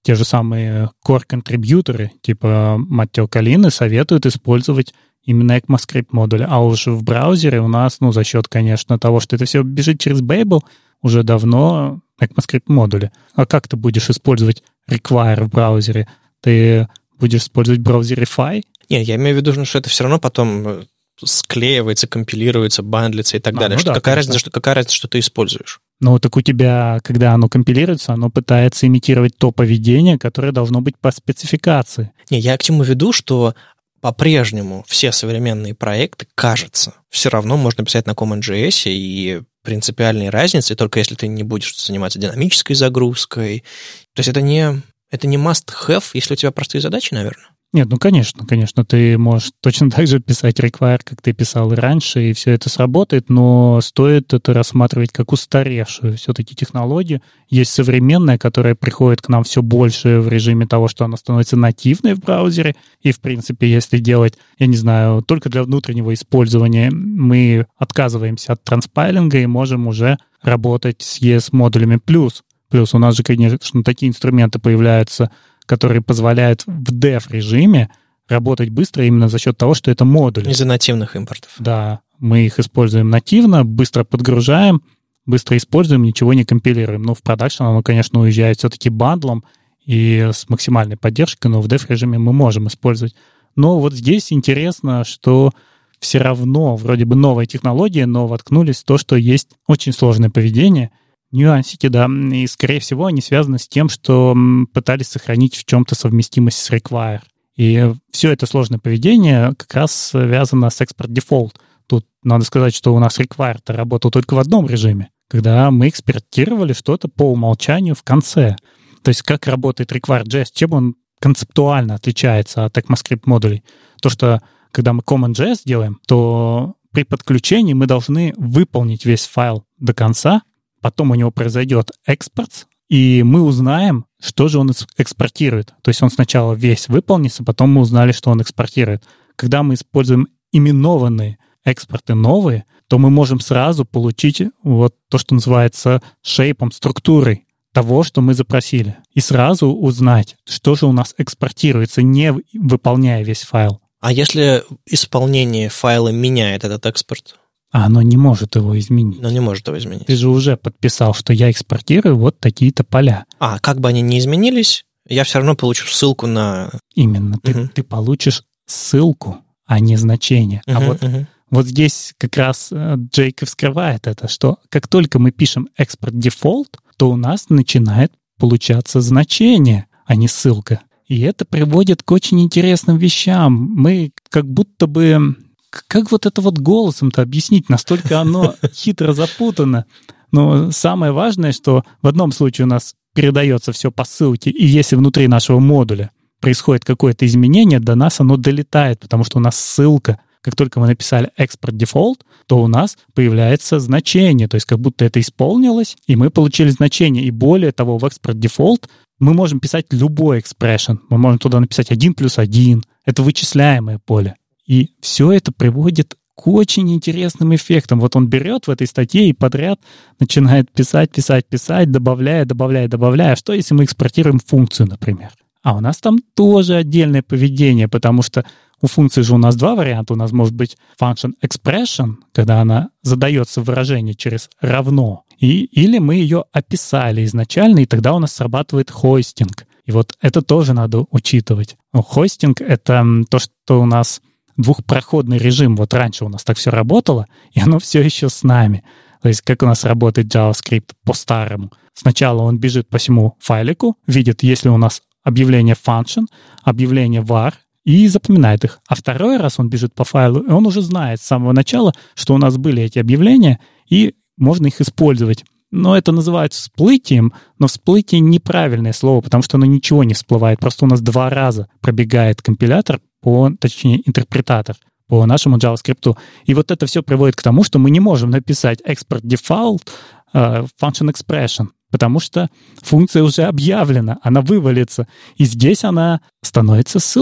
те же самые core-контрибьюторы, типа Маттео Калины, советуют использовать именно ECMAScript модуль. А уж в браузере у нас, ну, за счет, конечно, того, что это все бежит через Babel, уже давно ECMAScript модули. А как ты будешь использовать require в браузере? Ты будешь использовать Browserify? Нет, я имею в виду, что это все равно потом склеивается, компилируется, бандлится и так а, далее. Ну, что, да, какая, разница, что, какая разница, что ты используешь? Ну, так у тебя, когда оно компилируется, оно пытается имитировать то поведение, которое должно быть по спецификации. Не, я к чему веду, что по-прежнему все современные проекты, кажется, все равно можно писать на CommonJS, и принципиальной разницы, только если ты не будешь заниматься динамической загрузкой. То есть это не, это не must-have, если у тебя простые задачи, наверное. Нет, ну, конечно, конечно, ты можешь точно так же писать require, как ты писал и раньше, и все это сработает, но стоит это рассматривать как устаревшую все-таки технологию. Есть современная, которая приходит к нам все больше в режиме того, что она становится нативной в браузере, и, в принципе, если делать, я не знаю, только для внутреннего использования, мы отказываемся от транспайлинга и можем уже работать с и эс-модулями плюс. Плюс у нас же, конечно, такие инструменты появляются, которые позволяют в дев-режиме работать быстро именно за счет того, что это модули. Из-за нативных импортов. Да, мы их используем нативно, быстро подгружаем, быстро используем, ничего не компилируем. Но в продакшн оно, конечно, уезжает все-таки бандлом и с максимальной поддержкой, но в дев-режиме мы можем использовать. Но вот здесь интересно, что все равно вроде бы новая технология, но воткнулись в то, что есть очень сложное поведение, нюансики, да, и, скорее всего, они связаны с тем, что пытались сохранить в чем-то совместимость с require. И все это сложное поведение как раз связано с export default. Тут надо сказать, что у нас require-то работал только в одном режиме, когда мы экспортировали что-то по умолчанию в конце. То есть как работает require.js, чем он концептуально отличается от ECMAScript модулей? То, что когда мы CommonJS делаем, то при подключении мы должны выполнить весь файл до конца, потом у него произойдет экспорт, и мы узнаем, что же он экспортирует. То есть он сначала весь выполнится, потом мы узнали, что он экспортирует. Когда мы используем именованные экспорты новые, то мы можем сразу получить вот то, что называется шейпом, структурой того, что мы запросили. И сразу узнать, что же у нас экспортируется, не выполняя весь файл. А если исполнение файла меняет этот экспорт? А оно не может его изменить. Оно не может его изменить. Ты же уже подписал, что я экспортирую вот такие-то поля. А, как бы они ни изменились, я все равно получу ссылку на... Именно. Ты, угу. ты получишь ссылку, а не значение. Угу, а вот, угу. вот здесь как раз Джейк вскрывает это, что как только мы пишем export default, то у нас начинает получаться значение, а не ссылка. И это приводит к очень интересным вещам. Мы как будто бы... Как вот это вот голосом-то объяснить? Настолько оно хитро запутано. Но самое важное, что в одном случае у нас передается все по ссылке, и если внутри нашего модуля происходит какое-то изменение, до нас оно долетает, потому что у нас ссылка. Как только мы написали export default, то у нас появляется значение, то есть как будто это исполнилось, и мы получили значение. И более того, в export default мы можем писать любой expression. Мы можем туда написать один плюс один. Это вычисляемое поле. И все это приводит к очень интересным эффектам. Вот он берет в этой статье и подряд начинает писать, писать, писать, добавляя, добавляя, добавляя. А что, если мы экспортируем функцию, например? А у нас там тоже отдельное поведение, потому что у функции же у нас два варианта. У нас может быть function expression, когда она задается выражение через равно, и, или мы ее описали изначально, и тогда у нас срабатывает хостинг. И вот это тоже надо учитывать. Ну, хостинг — это то, что у нас двухпроходный режим. Вот раньше у нас так все работало, и оно все еще с нами. То есть как у нас работает JavaScript по-старому. Сначала он бежит по всему файлику, видит, если у нас объявление function, объявление var, и запоминает их. А второй раз он бежит по файлу, и он уже знает с самого начала, что у нас были эти объявления, и можно их использовать. Но это называют всплытием, но всплытие неправильное слово, потому что оно ничего не всплывает. Просто у нас два раза пробегает компилятор, по, точнее, интерпретатор по нашему JavaScript. И вот это все приводит к тому, что мы не можем написать export default uh, function expression, потому что функция уже объявлена, она вывалится. И здесь она становится ссылкой.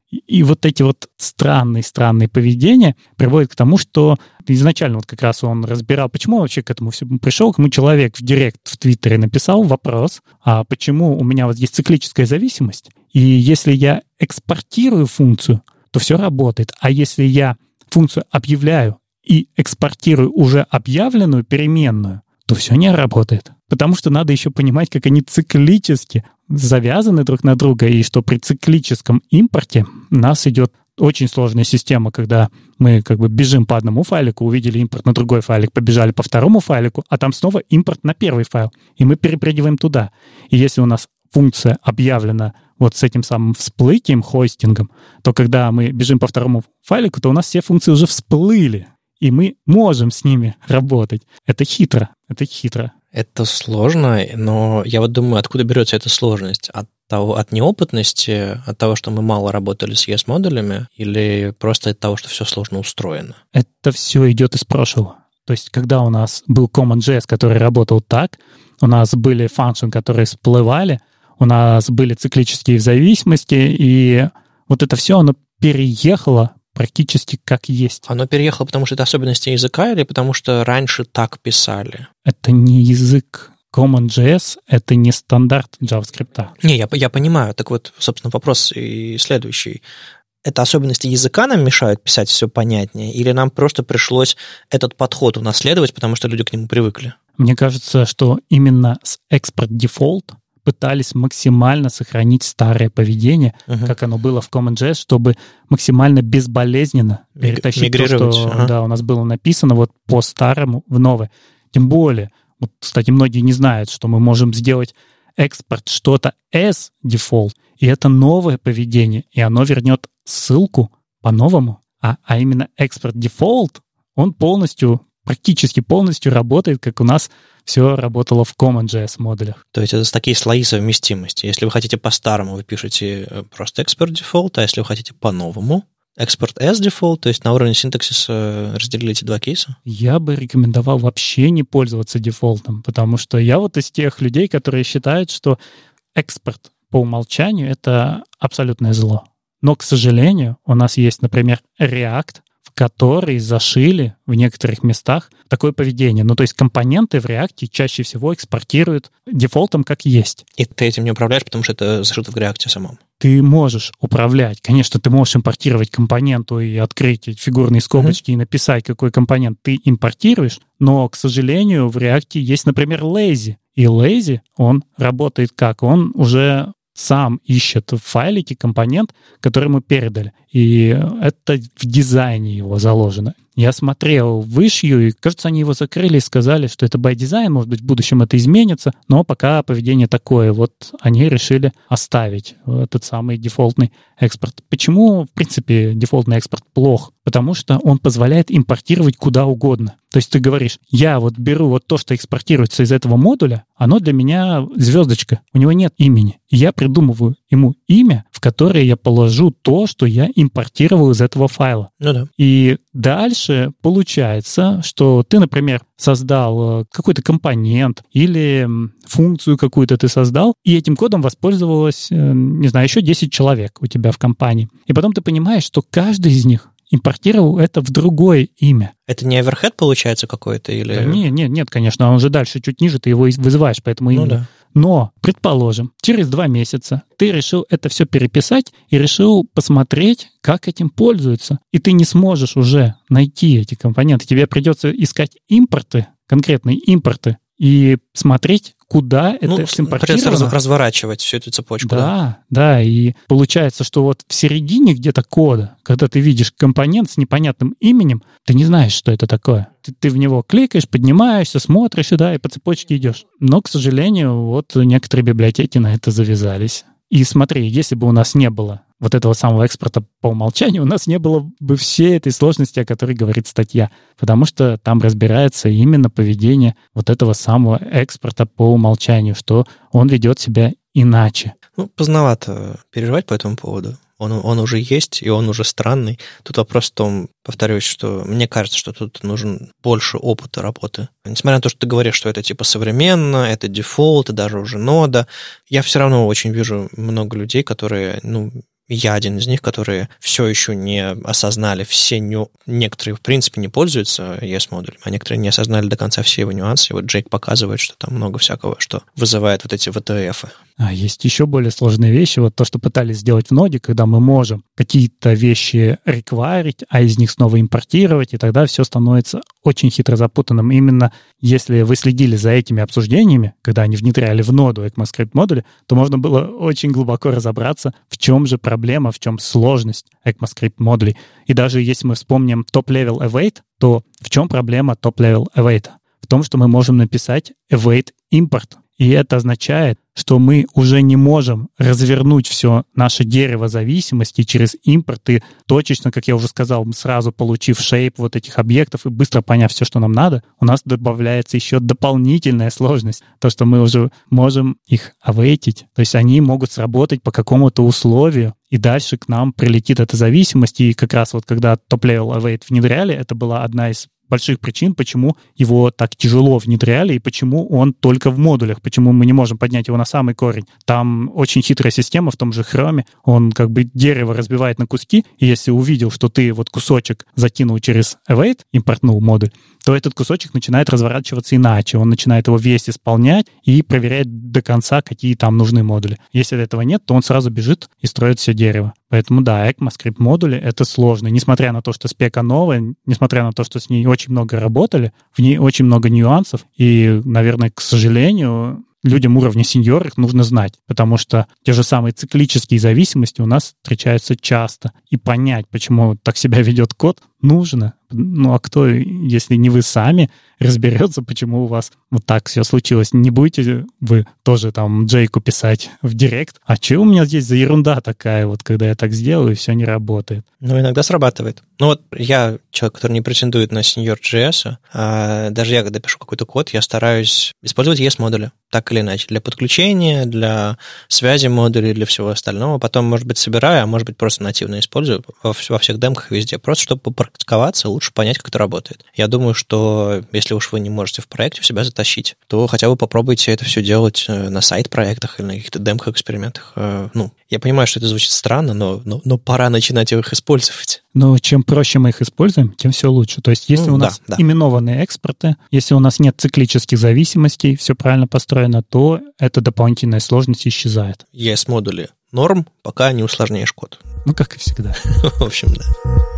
И, и вот эти вот странные-странные поведения приводят к тому, что изначально вот как раз он разбирал, почему вообще к этому всему пришел, к ему человек в директ в Твиттере написал вопрос, а почему у меня вот есть циклическая зависимость, и если я экспортирую функцию, то все работает, а если я функцию объявляю и экспортирую уже объявленную переменную, то все не работает. Потому что надо еще понимать, как они циклически завязаны друг на друга, и что при циклическом импорте у нас идет очень сложная система, когда мы как бы бежим по одному файлику, увидели импорт на другой файлик, побежали по второму файлику, а там снова импорт на первый файл, и мы перепрыгиваем туда. И если у нас функция объявлена вот с этим самым всплытием, хостингом, то когда мы бежим по второму файлику, то у нас все функции уже всплыли, и мы можем с ними работать. Это хитро, это хитро. Это сложно, но я вот думаю, откуда берется эта сложность? От того, от неопытности, от того, что мы мало работали с и эс-модулями, или просто от того, что все сложно устроено? Это все идет из прошлого. То есть, когда у нас был CommonJS, который работал так, у нас были функции, которые всплывали, у нас были циклические зависимости, и вот это все, оно переехало практически как есть. Оно переехало, потому что это особенности языка, или потому что раньше так писали? Это не язык. CommonJS — это не стандарт JavaScript. Не, я, я понимаю. Так вот, собственно, вопрос и следующий. Это особенности языка нам мешают писать все понятнее, или нам просто пришлось этот подход унаследовать, потому что люди к нему привыкли? Мне кажется, что именно с export default пытались максимально сохранить старое поведение, uh-huh. как оно было в CommonJS, чтобы максимально безболезненно перетащить то, что uh-huh. да, у нас было написано вот по-старому в новое. Тем более, вот, кстати, многие не знают, что мы можем сделать экспорт что-то as default, и это новое поведение, и оно вернет ссылку по-новому. А, а именно export default, он полностью, практически полностью работает, как у нас все работало в CommonJS модулях. То есть это такие слои совместимости. Если вы хотите по-старому, вы пишете просто export default, а если вы хотите по-новому, export as default, то есть на уровне синтаксиса разделили эти два кейса? Я бы рекомендовал вообще не пользоваться дефолтом, потому что я вот из тех людей, которые считают, что экспорт по умолчанию — это абсолютное зло. Но, к сожалению, у нас есть, например, React, в который зашили в некоторых местах такое поведение. Ну, то есть компоненты в React чаще всего экспортируют дефолтом как есть. И ты этим не управляешь, потому что это зашито в React самом? Ты можешь управлять. Конечно, ты можешь импортировать компоненту и открыть фигурные скобочки mm-hmm. и написать, какой компонент ты импортируешь, но, к сожалению, в React есть, например, lazy. И lazy, он работает как? Он уже сам ищет в файлике компонент, который мы передали. И это в дизайне его заложено. Я смотрел в Issue, и, кажется, они его закрыли и сказали, что это by design, может быть, в будущем это изменится, но пока поведение такое. Вот они решили оставить этот самый дефолтный экспорт. Почему, в принципе, дефолтный экспорт плох? Потому что он позволяет импортировать куда угодно. То есть ты говоришь, я вот беру вот то, что экспортируется из этого модуля, оно для меня звездочка, у него нет имени. И я придумываю ему имя, в которое я положу то, что я импортировал из этого файла. Ну да. И дальше получается, что ты, например, создал какой-то компонент или функцию какую-то ты создал, и этим кодом воспользовалось, не знаю, еще десять человек у тебя в компании. И потом ты понимаешь, что каждый из них импортировал это в другое имя. Это не оверхед получается какой-то? Или... Да нет, нет, нет, конечно, он уже дальше, чуть ниже, ты его вызываешь по этому имени. Ну, да. Но, предположим, через два месяца ты решил это все переписать и решил посмотреть, как этим пользуются. И ты не сможешь уже найти эти компоненты. Тебе придется искать импорты, конкретные импорты, и смотреть, куда это ну, симпортировано. Придется разворачивать всю эту цепочку. Да, да, да, и получается, что вот в середине где-то кода, когда ты видишь компонент с непонятным именем, ты не знаешь, что это такое. Ты, ты в него кликаешь, поднимаешься, смотришь, да, и по цепочке идешь. Но, к сожалению, вот некоторые библиотеки на это завязались. И смотри, если бы у нас не было вот этого самого экспорта по умолчанию, у нас не было бы всей этой сложности, о которой говорит статья, потому что там разбирается именно поведение вот этого самого экспорта по умолчанию, что он ведет себя иначе. Ну, поздновато переживать по этому поводу. Он, он уже есть, и он уже странный. Тут вопрос в том, повторюсь, что мне кажется, что тут нужен больше опыта работы. Несмотря на то, что ты говоришь, что это типа современно, это дефолт, и даже уже нода, я все равно очень вижу много людей, которые, ну, я один из них, которые все еще не осознали все ню... некоторые, в принципе, не пользуются и эс-модулем, а некоторые не осознали до конца все его нюансы. И вот Джейк показывает, что там много всякого, что вызывает вот эти ви ти эф. А есть еще более сложные вещи. Вот то, что пытались сделать в ноде, когда мы можем какие-то вещи реквайрить, а из них снова импортировать, и тогда все становится очень хитро запутанным. Именно если вы следили за этими обсуждениями, когда они внедряли в ноду ECMAScript модули, то можно было очень глубоко разобраться, в чем же проблема, в чем сложность ECMAScript модулей. И даже если мы вспомним top-level await, то в чем проблема top-level await? В том, что мы можем написать await import. И это означает, что мы уже не можем развернуть все наше дерево зависимости через импорт и точечно, как я уже сказал, сразу получив шейп вот этих объектов и быстро поняв все, что нам надо, у нас добавляется еще дополнительная сложность. То, что мы уже можем их авейтить. То есть они могут сработать по какому-то условию, и дальше к нам прилетит эта зависимость. И как раз вот когда top-level await внедряли, это была одна из больших причин, почему его так тяжело внедряли и почему он только в модулях, почему мы не можем поднять его на самый корень. Там очень хитрая система в том же Chrome. Он как бы дерево разбивает на куски, и если увидел, что ты вот кусочек закинул через await, импортнул модуль, то этот кусочек начинает разворачиваться иначе. Он начинает его весь исполнять и проверять до конца, какие там нужны модули. Если этого нет, то он сразу бежит и строит все дерево. Поэтому да, ECMAScript модули — это сложно. Несмотря на то, что спека новая, несмотря на то, что с ней очень много работали, в ней очень много нюансов, и, наверное, к сожалению, людям уровня сеньор их нужно знать, потому что те же самые циклические зависимости у нас встречаются часто. И понять, почему так себя ведет код, нужно. Ну а кто, если не вы сами, разберется, почему у вас вот так все случилось? Не будете вы тоже там Джейку писать в директ, а что у меня здесь за ерунда такая, вот когда я так сделаю, и все не работает? Ну, иногда срабатывает. Ну вот я человек, который не претендует на сеньор джей эс, а даже я, когда пишу какой-то код, я стараюсь использовать и эс-модули, так или иначе, для подключения, для связи модулей, для всего остального. Потом, может быть, собираю, а может быть, просто нативно использую во, во всех демках везде, просто чтобы попрактиковаться, лучше понять, как это работает. Я думаю, что если уж вы не можете в проекте в себя затащить, то хотя бы попробуйте это все делать на сайт-проектах или на каких-то демках, экспериментах. Ну, я понимаю, что это звучит странно, но, но, но пора начинать их использовать. Но чем проще мы их используем, тем все лучше. То есть если ну, у нас да, да. именованные экспорты, если у нас нет циклических зависимостей, все правильно построено, то эта дополнительная сложность исчезает. и эс-модули норм, пока не усложняешь код. Ну, как и всегда. В общем, да.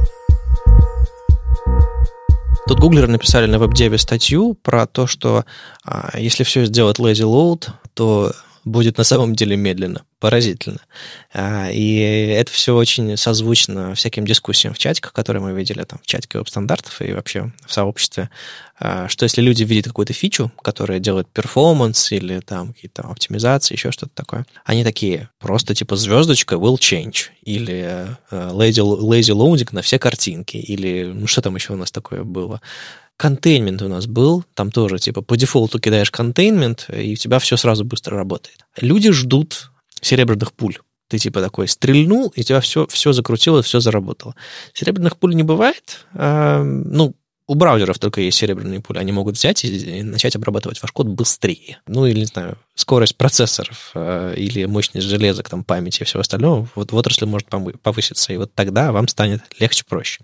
Тут гуглеры написали на веб-деве статью про то, что а, если все сделать lazy load, то будет на самом деле медленно, поразительно. А, и это все очень созвучно всяким дискуссиям в чатиках, которые мы видели там в чатике веб-стандартов и вообще в сообществе, а, что если люди видят какую-то фичу, которая делает перформанс или там какие-то оптимизации, еще что-то такое, они такие, просто типа звездочка will change, или uh, lazy, lazy loading на все картинки, или ну что там еще у нас такое было? Контейнмент у нас был, там тоже, типа, по дефолту кидаешь контейнмент, и у тебя все сразу быстро работает. Люди ждут серебряных пуль. Ты, типа, такой стрельнул, и у тебя все, все закрутилось, все заработало. Серебряных пуль не бывает. А, ну, у браузеров только есть серебряные пули. Они могут взять и начать обрабатывать ваш код быстрее. Ну, или, не знаю, скорость процессоров а, или мощность железок, там, памяти и всего остального вот в отрасли может повыситься, и вот тогда вам станет легче, проще.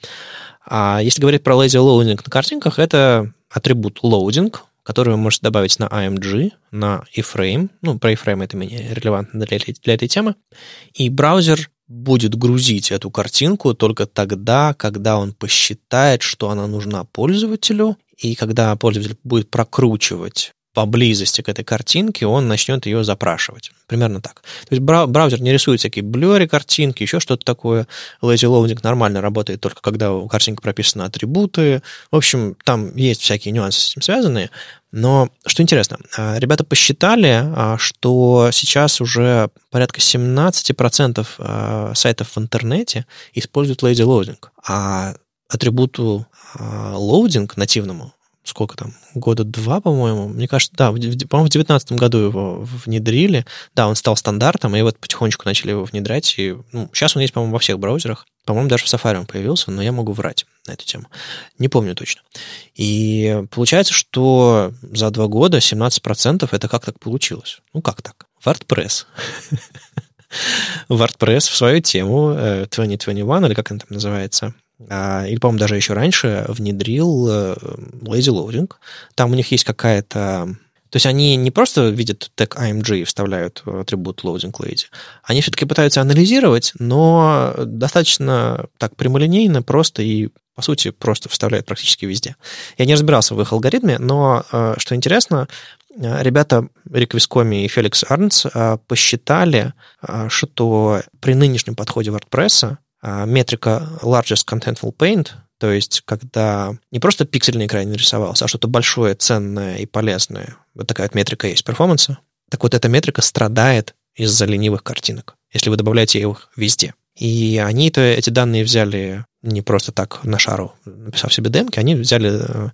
А если говорить про lazy loading на картинках, это атрибут loading, который вы можете добавить на эй эм джи, на iframe. Ну, про iframe это менее релевантно для, для этой темы. И браузер будет грузить эту картинку только тогда, когда он посчитает, что она нужна пользователю, и когда пользователь будет прокручивать поблизости к этой картинке, он начнет ее запрашивать. Примерно так. То есть браузер не рисует всякие блёри картинки, еще что-то такое. Lazy loading нормально работает только когда у картинки прописаны атрибуты. В общем, там есть всякие нюансы с этим связанные. Но что интересно, ребята посчитали, что сейчас уже порядка семнадцать процентов сайтов в интернете используют lazy loading. А атрибуту loading нативному, сколько там, года два, по-моему, мне кажется, да, в, по-моему, в две тысячи девятнадцатом году его внедрили, да, он стал стандартом, и вот потихонечку начали его внедрять, и ну, сейчас он есть, по-моему, во всех браузерах, по-моему, даже в Safari он появился, но я могу врать на эту тему, не помню точно. И получается, что за два года семнадцать процентов это как так получилось? Ну, как так? WordPress. WordPress в свою тему двадцать двадцать один, или как она там называется, или, по-моему, даже еще раньше внедрил lazy loading. Там у них есть какая-то... То есть они не просто видят тег эй эм джи и вставляют атрибут loading lazy, они все-таки пытаются анализировать, но достаточно так прямолинейно, просто и, по сути, просто вставляют практически везде. Я не разбирался в их алгоритме, но, что интересно, ребята Рик Вискоми и Феликс Арнц посчитали, что при нынешнем подходе WordPress метрика largest contentful paint, то есть когда не просто пиксель на экране нарисовался, а что-то большое, ценное и полезное, вот такая вот метрика есть перформанса, так вот эта метрика страдает из-за ленивых картинок, если вы добавляете их везде. И они-то эти данные взяли не просто так на шару, написав себе демки, они взяли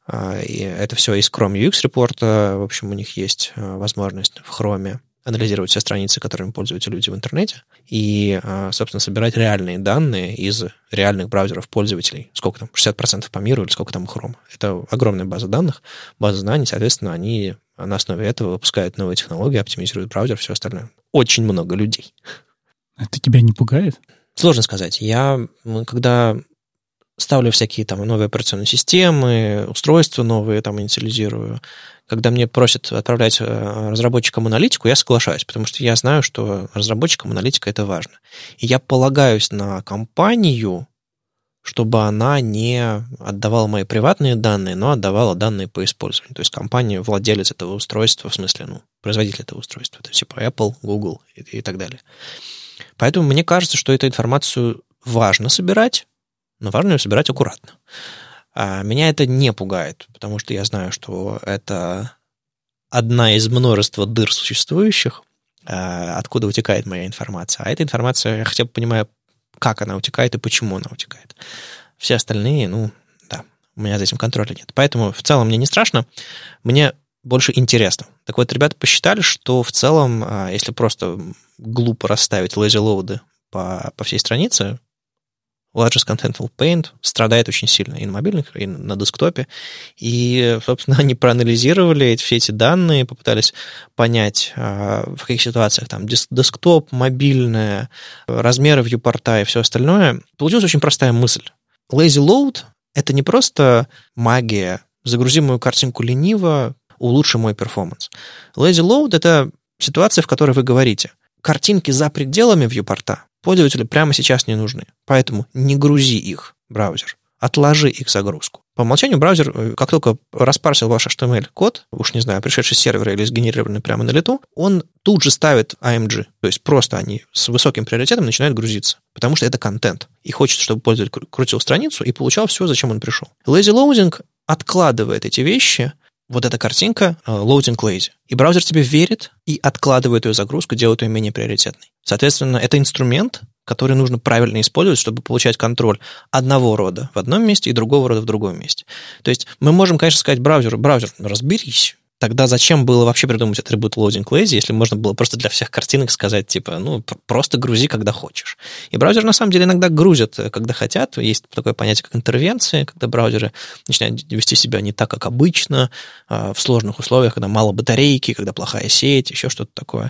это все из Chrome ю экс репорта, в общем, у них есть возможность в Chrome анализировать все страницы, которыми пользуются люди в интернете, и, собственно, собирать реальные данные из реальных браузеров пользователей. Сколько там, шестьдесят процентов по миру или сколько там Chrome. Это огромная база данных, база знаний, соответственно, они на основе этого выпускают новые технологии, оптимизируют браузер, все остальное. Очень много людей. Это тебя не пугает? Сложно сказать. Я, когда ставлю всякие там новые операционные системы, устройства новые там инициализирую, когда мне просят отправлять разработчикам аналитику, я соглашаюсь, потому что я знаю, что разработчикам аналитика это важно. И я полагаюсь на компанию, чтобы она не отдавала мои приватные данные, но отдавала данные по использованию. То есть компания, владелец этого устройства, в смысле, ну, производитель этого устройства, то есть типа Apple, Google и, и так далее. Поэтому мне кажется, что эту информацию важно собирать, но важно ее собирать аккуратно. Меня это не пугает, потому что я знаю, что это одна из множества дыр существующих, откуда утекает моя информация. А эта информация, я хотя бы понимаю, как она утекает и почему она утекает. Все остальные, ну, да, у меня за этим контроля нет. Поэтому в целом мне не страшно, мне больше интересно. Так вот, ребята посчитали, что в целом, если просто глупо расставить lazy load по, по всей странице, Largest Contentful Paint страдает очень сильно и на мобильных, и на десктопе. И, собственно, они проанализировали все эти данные, попытались понять, в каких ситуациях там десктоп, мобильное, размеры вьюпорта и все остальное. Получилась очень простая мысль. Lazy Load — это не просто магия, загрузи мою картинку лениво, улучши мой перформанс. Lazy Load — это ситуация, в которой вы говорите, картинки за пределами вьюпорта пользователю прямо сейчас не нужны. Поэтому не грузи их в браузер, отложи их загрузку. По умолчанию браузер, как только распарсил ваш эйч ти эм эль-код, уж не знаю, пришедший с сервера или сгенерированный прямо на лету, он тут же ставит эй эм джи. То есть просто они с высоким приоритетом начинают грузиться, потому что это контент. И хочется, чтобы пользователь крутил страницу и получал все, зачем он пришел. Lazy loading откладывает эти вещи. Вот эта картинка loading lazy. И браузер тебе верит и откладывает ее загрузку, делает ее менее приоритетной. Соответственно, это инструмент, который нужно правильно использовать, чтобы получать контроль одного рода в одном месте и другого рода в другом месте. То есть мы можем, конечно, сказать браузеру, браузер, разберись. Тогда зачем было вообще придумать атрибут loading lazy, если можно было просто для всех картинок сказать, типа, ну, просто грузи, когда хочешь. И браузер, на самом деле, иногда грузят, когда хотят. Есть такое понятие, как интервенции, когда браузеры начинают вести себя не так, как обычно, в сложных условиях, когда мало батарейки, когда плохая сеть, еще что-то такое.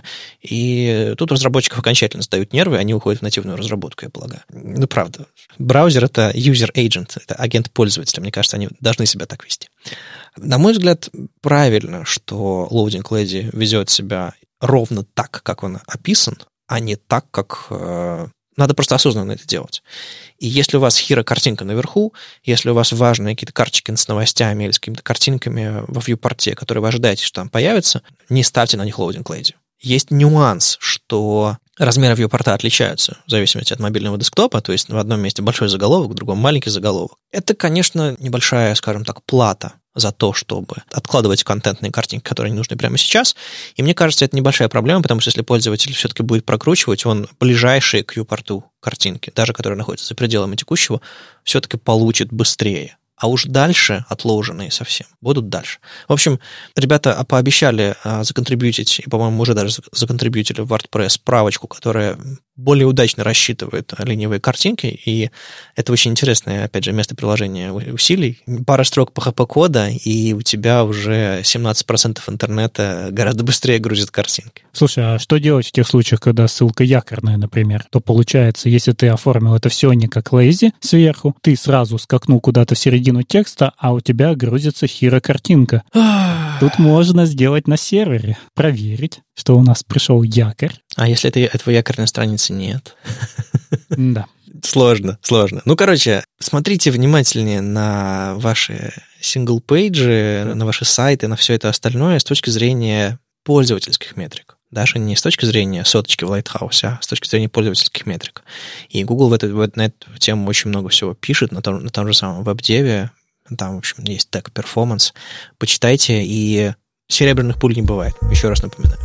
И тут разработчиков окончательно сдают нервы, они уходят в нативную разработку, я полагаю. Ну, правда. Браузер — это user agent, это агент пользователя. Мне кажется, они должны себя так вести. На мой взгляд, правильно, что loading lazy ведет себя ровно так, как он описан, а не так, как... Э, надо просто осознанно это делать. И если у вас хиро-картинка наверху, если у вас важные какие-то карточки с новостями или с какими-то картинками во вьюпорте, которые вы ожидаете, что там появятся, не ставьте на них loading lazy. Есть нюанс, что размеры вьюпорта отличаются в зависимости от мобильного десктопа, то есть в одном месте большой заголовок, в другом маленький заголовок. Это, конечно, небольшая, скажем так, плата за то, чтобы откладывать контентные картинки, которые не нужны прямо сейчас. И мне кажется, это небольшая проблема, потому что если пользователь все-таки будет прокручивать, он ближайшие к вьюпорту картинки, даже которые находятся за пределами текущего, все-таки получит быстрее. А уж дальше, отложенные совсем, будут дальше. В общем, ребята пообещали законтрибьютить, и, по-моему, уже даже законтрибьютили в WordPress справочку, которая более удачно рассчитывает ленивые картинки, и это очень интересное, опять же, место приложения усилий. Пара строк пи эйч пи-кода, и у тебя уже семнадцать процентов интернета гораздо быстрее грузит картинки. Слушай, а что делать в тех случаях, когда ссылка якорная, например? То получается, если ты оформил это все не как lazy сверху, ты сразу скакнул куда-то в середину текста, а у тебя грузится хиро-картинка. Тут можно сделать на сервере, проверить, что у нас пришел якорь. А если это, этого якоря на странице нет? Да. Сложно, сложно. Ну, короче, смотрите внимательнее на ваши сингл-пейджи, на ваши сайты, на все это остальное с точки зрения пользовательских метрик. Даже не с точки зрения соточки в Lighthouse, а с точки зрения пользовательских метрик. И Google в эту, в, на эту тему очень много всего пишет на том, на том же самом веб-деве. Там, в общем, есть тег performance. Почитайте, и серебряных пуль не бывает. Еще раз напоминаю.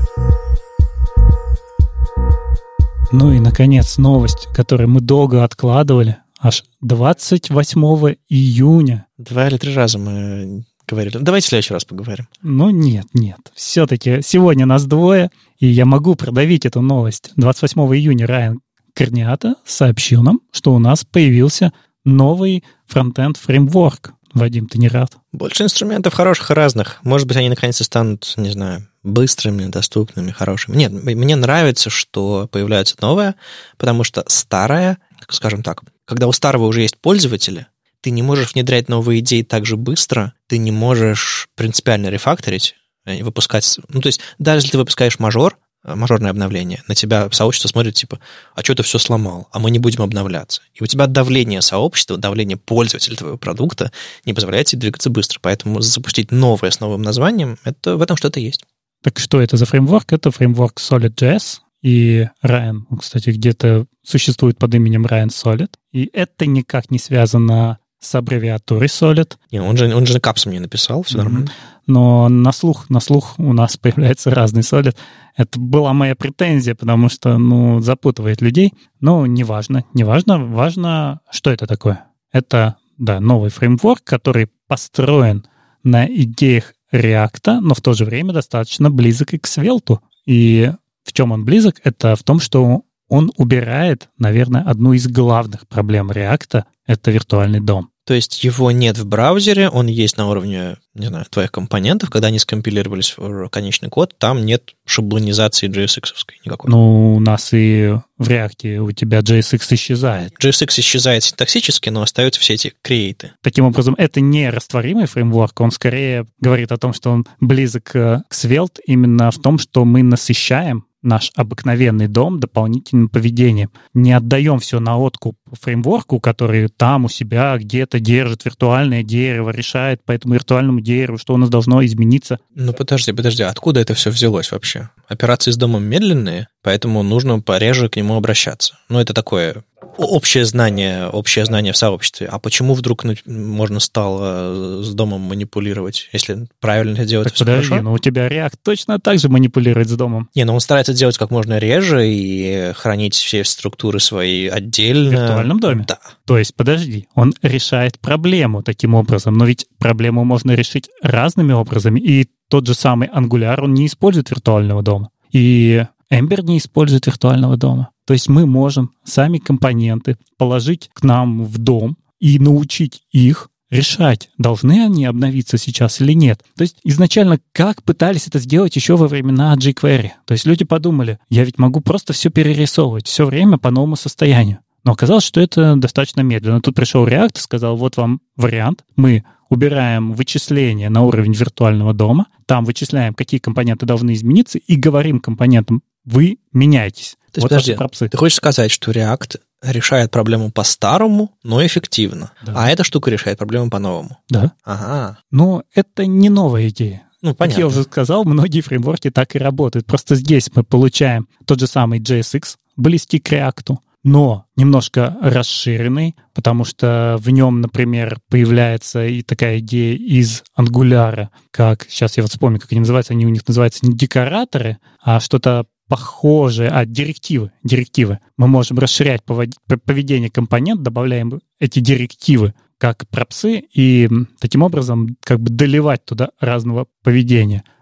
Ну и, наконец, новость, которую мы долго откладывали, аж двадцать восьмого июня. Два или три раза мы говорили. Давайте в следующий раз поговорим. Ну нет, нет. Все-таки сегодня нас двое, и я могу продавить эту новость. двадцать восьмого июня Райан Корнята сообщил нам, что у нас появился новый фронтенд фреймворк. Вадим, ты не рад? Больше инструментов хороших и разных. Может быть, они наконец-то станут, не знаю, быстрыми, доступными, хорошими. Нет, мне нравится, что появляется новое, потому что старое, скажем так, когда у старого уже есть пользователи, ты не можешь внедрять новые идеи так же быстро, ты не можешь принципиально рефакторить, выпускать... Ну, то есть, даже если ты выпускаешь мажор, мажорное обновление, на тебя сообщество смотрит, типа, а что ты все сломал, а мы не будем обновляться. И у тебя давление сообщества, давление пользователя твоего продукта не позволяет тебе двигаться быстро. Поэтому запустить новое с новым названием, это, в этом что-то есть. Так что это за фреймворк? Это фреймворк Solid.js. И Ryan, кстати, где-то существует под именем Ryan Solid. И это никак не связано с аббревиатурой Solid. Не, он же, он же капсом не написал, все mm-hmm. нормально. Но на слух, на слух у нас появляется разный Solid. Это была моя претензия, потому что, ну, запутывает людей. Но неважно, неважно. Важно, что это такое. Это, да, новый фреймворк, который построен на идеях React, но в то же время достаточно близок и к Svelte. И в чем он близок? Это в том, что он убирает, наверное, одну из главных проблем React — это виртуальный дом. То есть его нет в браузере, он есть на уровне, не знаю, твоих компонентов. Когда они скомпилировались в конечный код, там нет шаблонизации джей эс икс-овской никакой. Ну, у нас и в React у тебя джей эс икс исчезает. джей эс икс исчезает синтаксически, но остаются все эти креейты. Таким образом, это не растворимый фреймворк, он скорее говорит о том, что он близок к Svelte именно в том, что мы насыщаем наш обыкновенный дом дополнительным поведением. Не отдаем все на откуп фреймворку, который там у себя где-то держит виртуальное дерево, решает по этому виртуальному дереву, что у нас должно измениться. Ну, подожди, подожди, откуда это все взялось вообще? Операции с домом медленные, поэтому нужно пореже к нему обращаться. Ну, это такое общее знание, общее знание в сообществе. А почему вдруг можно стало с домом манипулировать, если правильно это делать? Так подожди, хорошо? Ну у тебя React точно так же манипулирует с домом. Не, ну он старается делать как можно реже и хранить все структуры свои отдельно. В виртуальном доме? Да. То есть, подожди, он решает проблему таким образом, но ведь проблему можно решить разными образами, и тот же самый Angular, он не использует виртуального дома. И Ember не использует виртуального дома. То есть мы можем сами компоненты положить к нам в дом и научить их решать, должны они обновиться сейчас или нет. То есть изначально как пытались это сделать еще во времена jQuery. То есть люди подумали, я ведь могу просто все перерисовывать, все время по новому состоянию. Но оказалось, что это достаточно медленно. Тут пришел React и сказал, вот вам вариант. Мы убираем вычисления на уровень виртуального дома, там вычисляем, какие компоненты должны измениться, и говорим компонентам, вы меняйтесь. То есть, вот подожди, ты хочешь сказать, что React решает проблему по-старому, но эффективно, да. А эта штука решает проблему по-новому? Да. Ага. Но это не новая идея. Ну, понятно. Как я уже сказал, многие фреймворки так и работают. Просто здесь мы получаем тот же самый джей эс икс, близкий к React, но немножко расширенный, потому что в нем, например, появляется и такая идея из Angular, как, сейчас я вот вспомню, как они называются, они у них называются не декораторы, а что-то похожее, а директивы, директивы. Мы можем расширять поведение компонент, добавляем эти директивы как пропсы и таким образом как бы доливать туда разного поведения.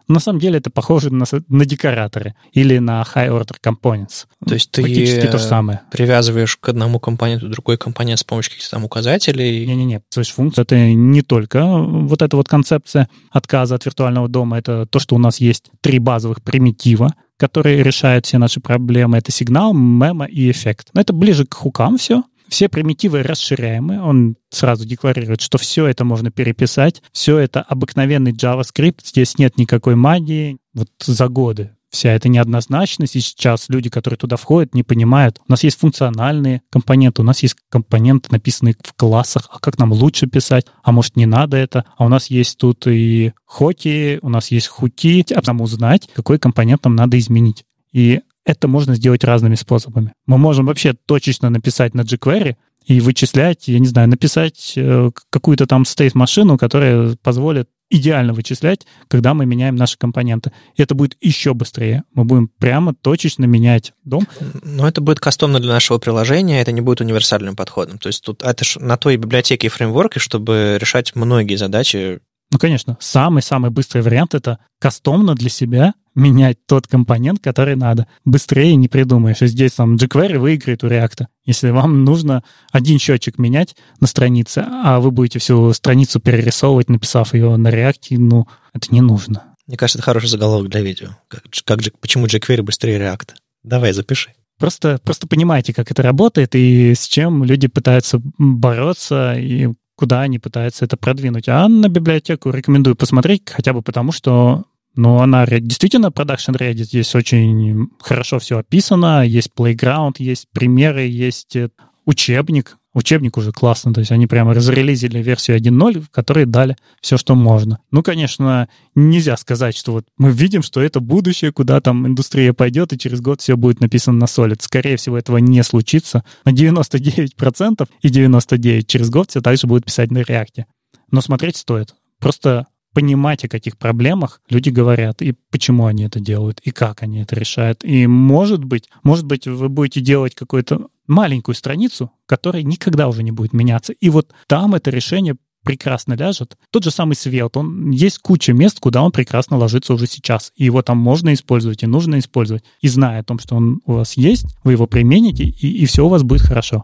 На самом деле это похоже на, на декораторы или на high-order components. То есть ты практически то же самое. Привязываешь к одному компоненту другой компонент с помощью каких-то там указателей? Не-не-не, Switch-функция — это не только вот эта вот концепция отказа от виртуального дома, это то, что у нас есть три базовых примитива, которые решают все наши проблемы. Это сигнал, мемо и эффект. Но это ближе к хукам все. Все примитивы расширяемые. Он сразу декларирует, что все это можно переписать. Все это обыкновенный JavaScript. Здесь нет никакой магии. Вот за годы вся эта неоднозначность. И сейчас люди, которые туда входят, не понимают. У нас есть функциональные компоненты, у нас есть компоненты, написанные в классах. А как нам лучше писать? А может, не надо это? А у нас есть тут и хоки, у нас есть хуки. А нам узнать, какой компонент нам надо изменить. И это можно сделать разными способами. Мы можем вообще точечно написать на jQuery и вычислять, я не знаю, написать э, какую-то там state-машину, которая позволит идеально вычислять, когда мы меняем наши компоненты. И это будет еще быстрее. Мы будем прямо точечно менять дом. Но это будет кастомно для нашего приложения, это не будет универсальным подходом. То есть тут это ж на той библиотеке и фреймворке, чтобы решать многие задачи. Ну, конечно, самый-самый быстрый вариант — это кастомно для себя менять тот компонент, который надо. Быстрее не придумаешь. И здесь там jQuery выиграет у React. Если вам нужно один счетчик менять на странице, а вы будете всю страницу перерисовывать, написав ее на React, ну, это не нужно. Мне кажется, это хороший заголовок для видео. Как, как, почему jQuery быстрее React? Давай, запиши. Просто, просто понимаете, как это работает и с чем люди пытаются бороться, и куда они пытаются это продвинуть. А на библиотеку рекомендую посмотреть, хотя бы потому, что ну, она действительно production ready. Здесь очень хорошо все описано. Есть playground, есть примеры, есть учебник. Учебник уже классно. То есть они прямо разрелизили версию один ноль, в которой дали все, что можно. Ну, конечно, нельзя сказать, что вот мы видим, что это будущее, куда там индустрия пойдет, и через год все будет написано на Solid. Скорее всего, этого не случится. На девяносто девять процентов и девяносто девять процентов через год все также будут писать на React. Но смотреть стоит. Просто понимать, о каких проблемах люди говорят, и почему они это делают, и как они это решают. И, может быть, может быть, вы будете делать какую-то маленькую страницу, которая никогда уже не будет меняться. И вот там это решение прекрасно ляжет. Тот же самый Svelte, он есть куча мест, куда он прекрасно ложится уже сейчас. И его там можно использовать, и нужно использовать. И зная о том, что он у вас есть, вы его примените, и, и все у вас будет хорошо.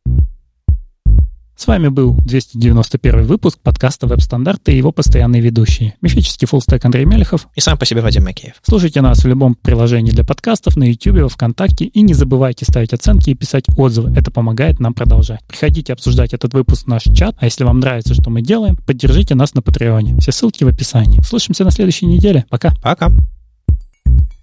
С вами был двести девяносто первый выпуск подкаста «Веб-стандарты» и его постоянные ведущие. Мифический фуллстек Андрей Мелехов. И сам по себе Вадим Макеев. Слушайте нас в любом приложении для подкастов, на YouTube, во ВКонтакте. И не забывайте ставить оценки и писать отзывы. Это помогает нам продолжать. Приходите обсуждать этот выпуск в наш чат. А если вам нравится, что мы делаем, поддержите нас на Патреоне. Все ссылки в описании. Слышимся на следующей неделе. Пока. Пока.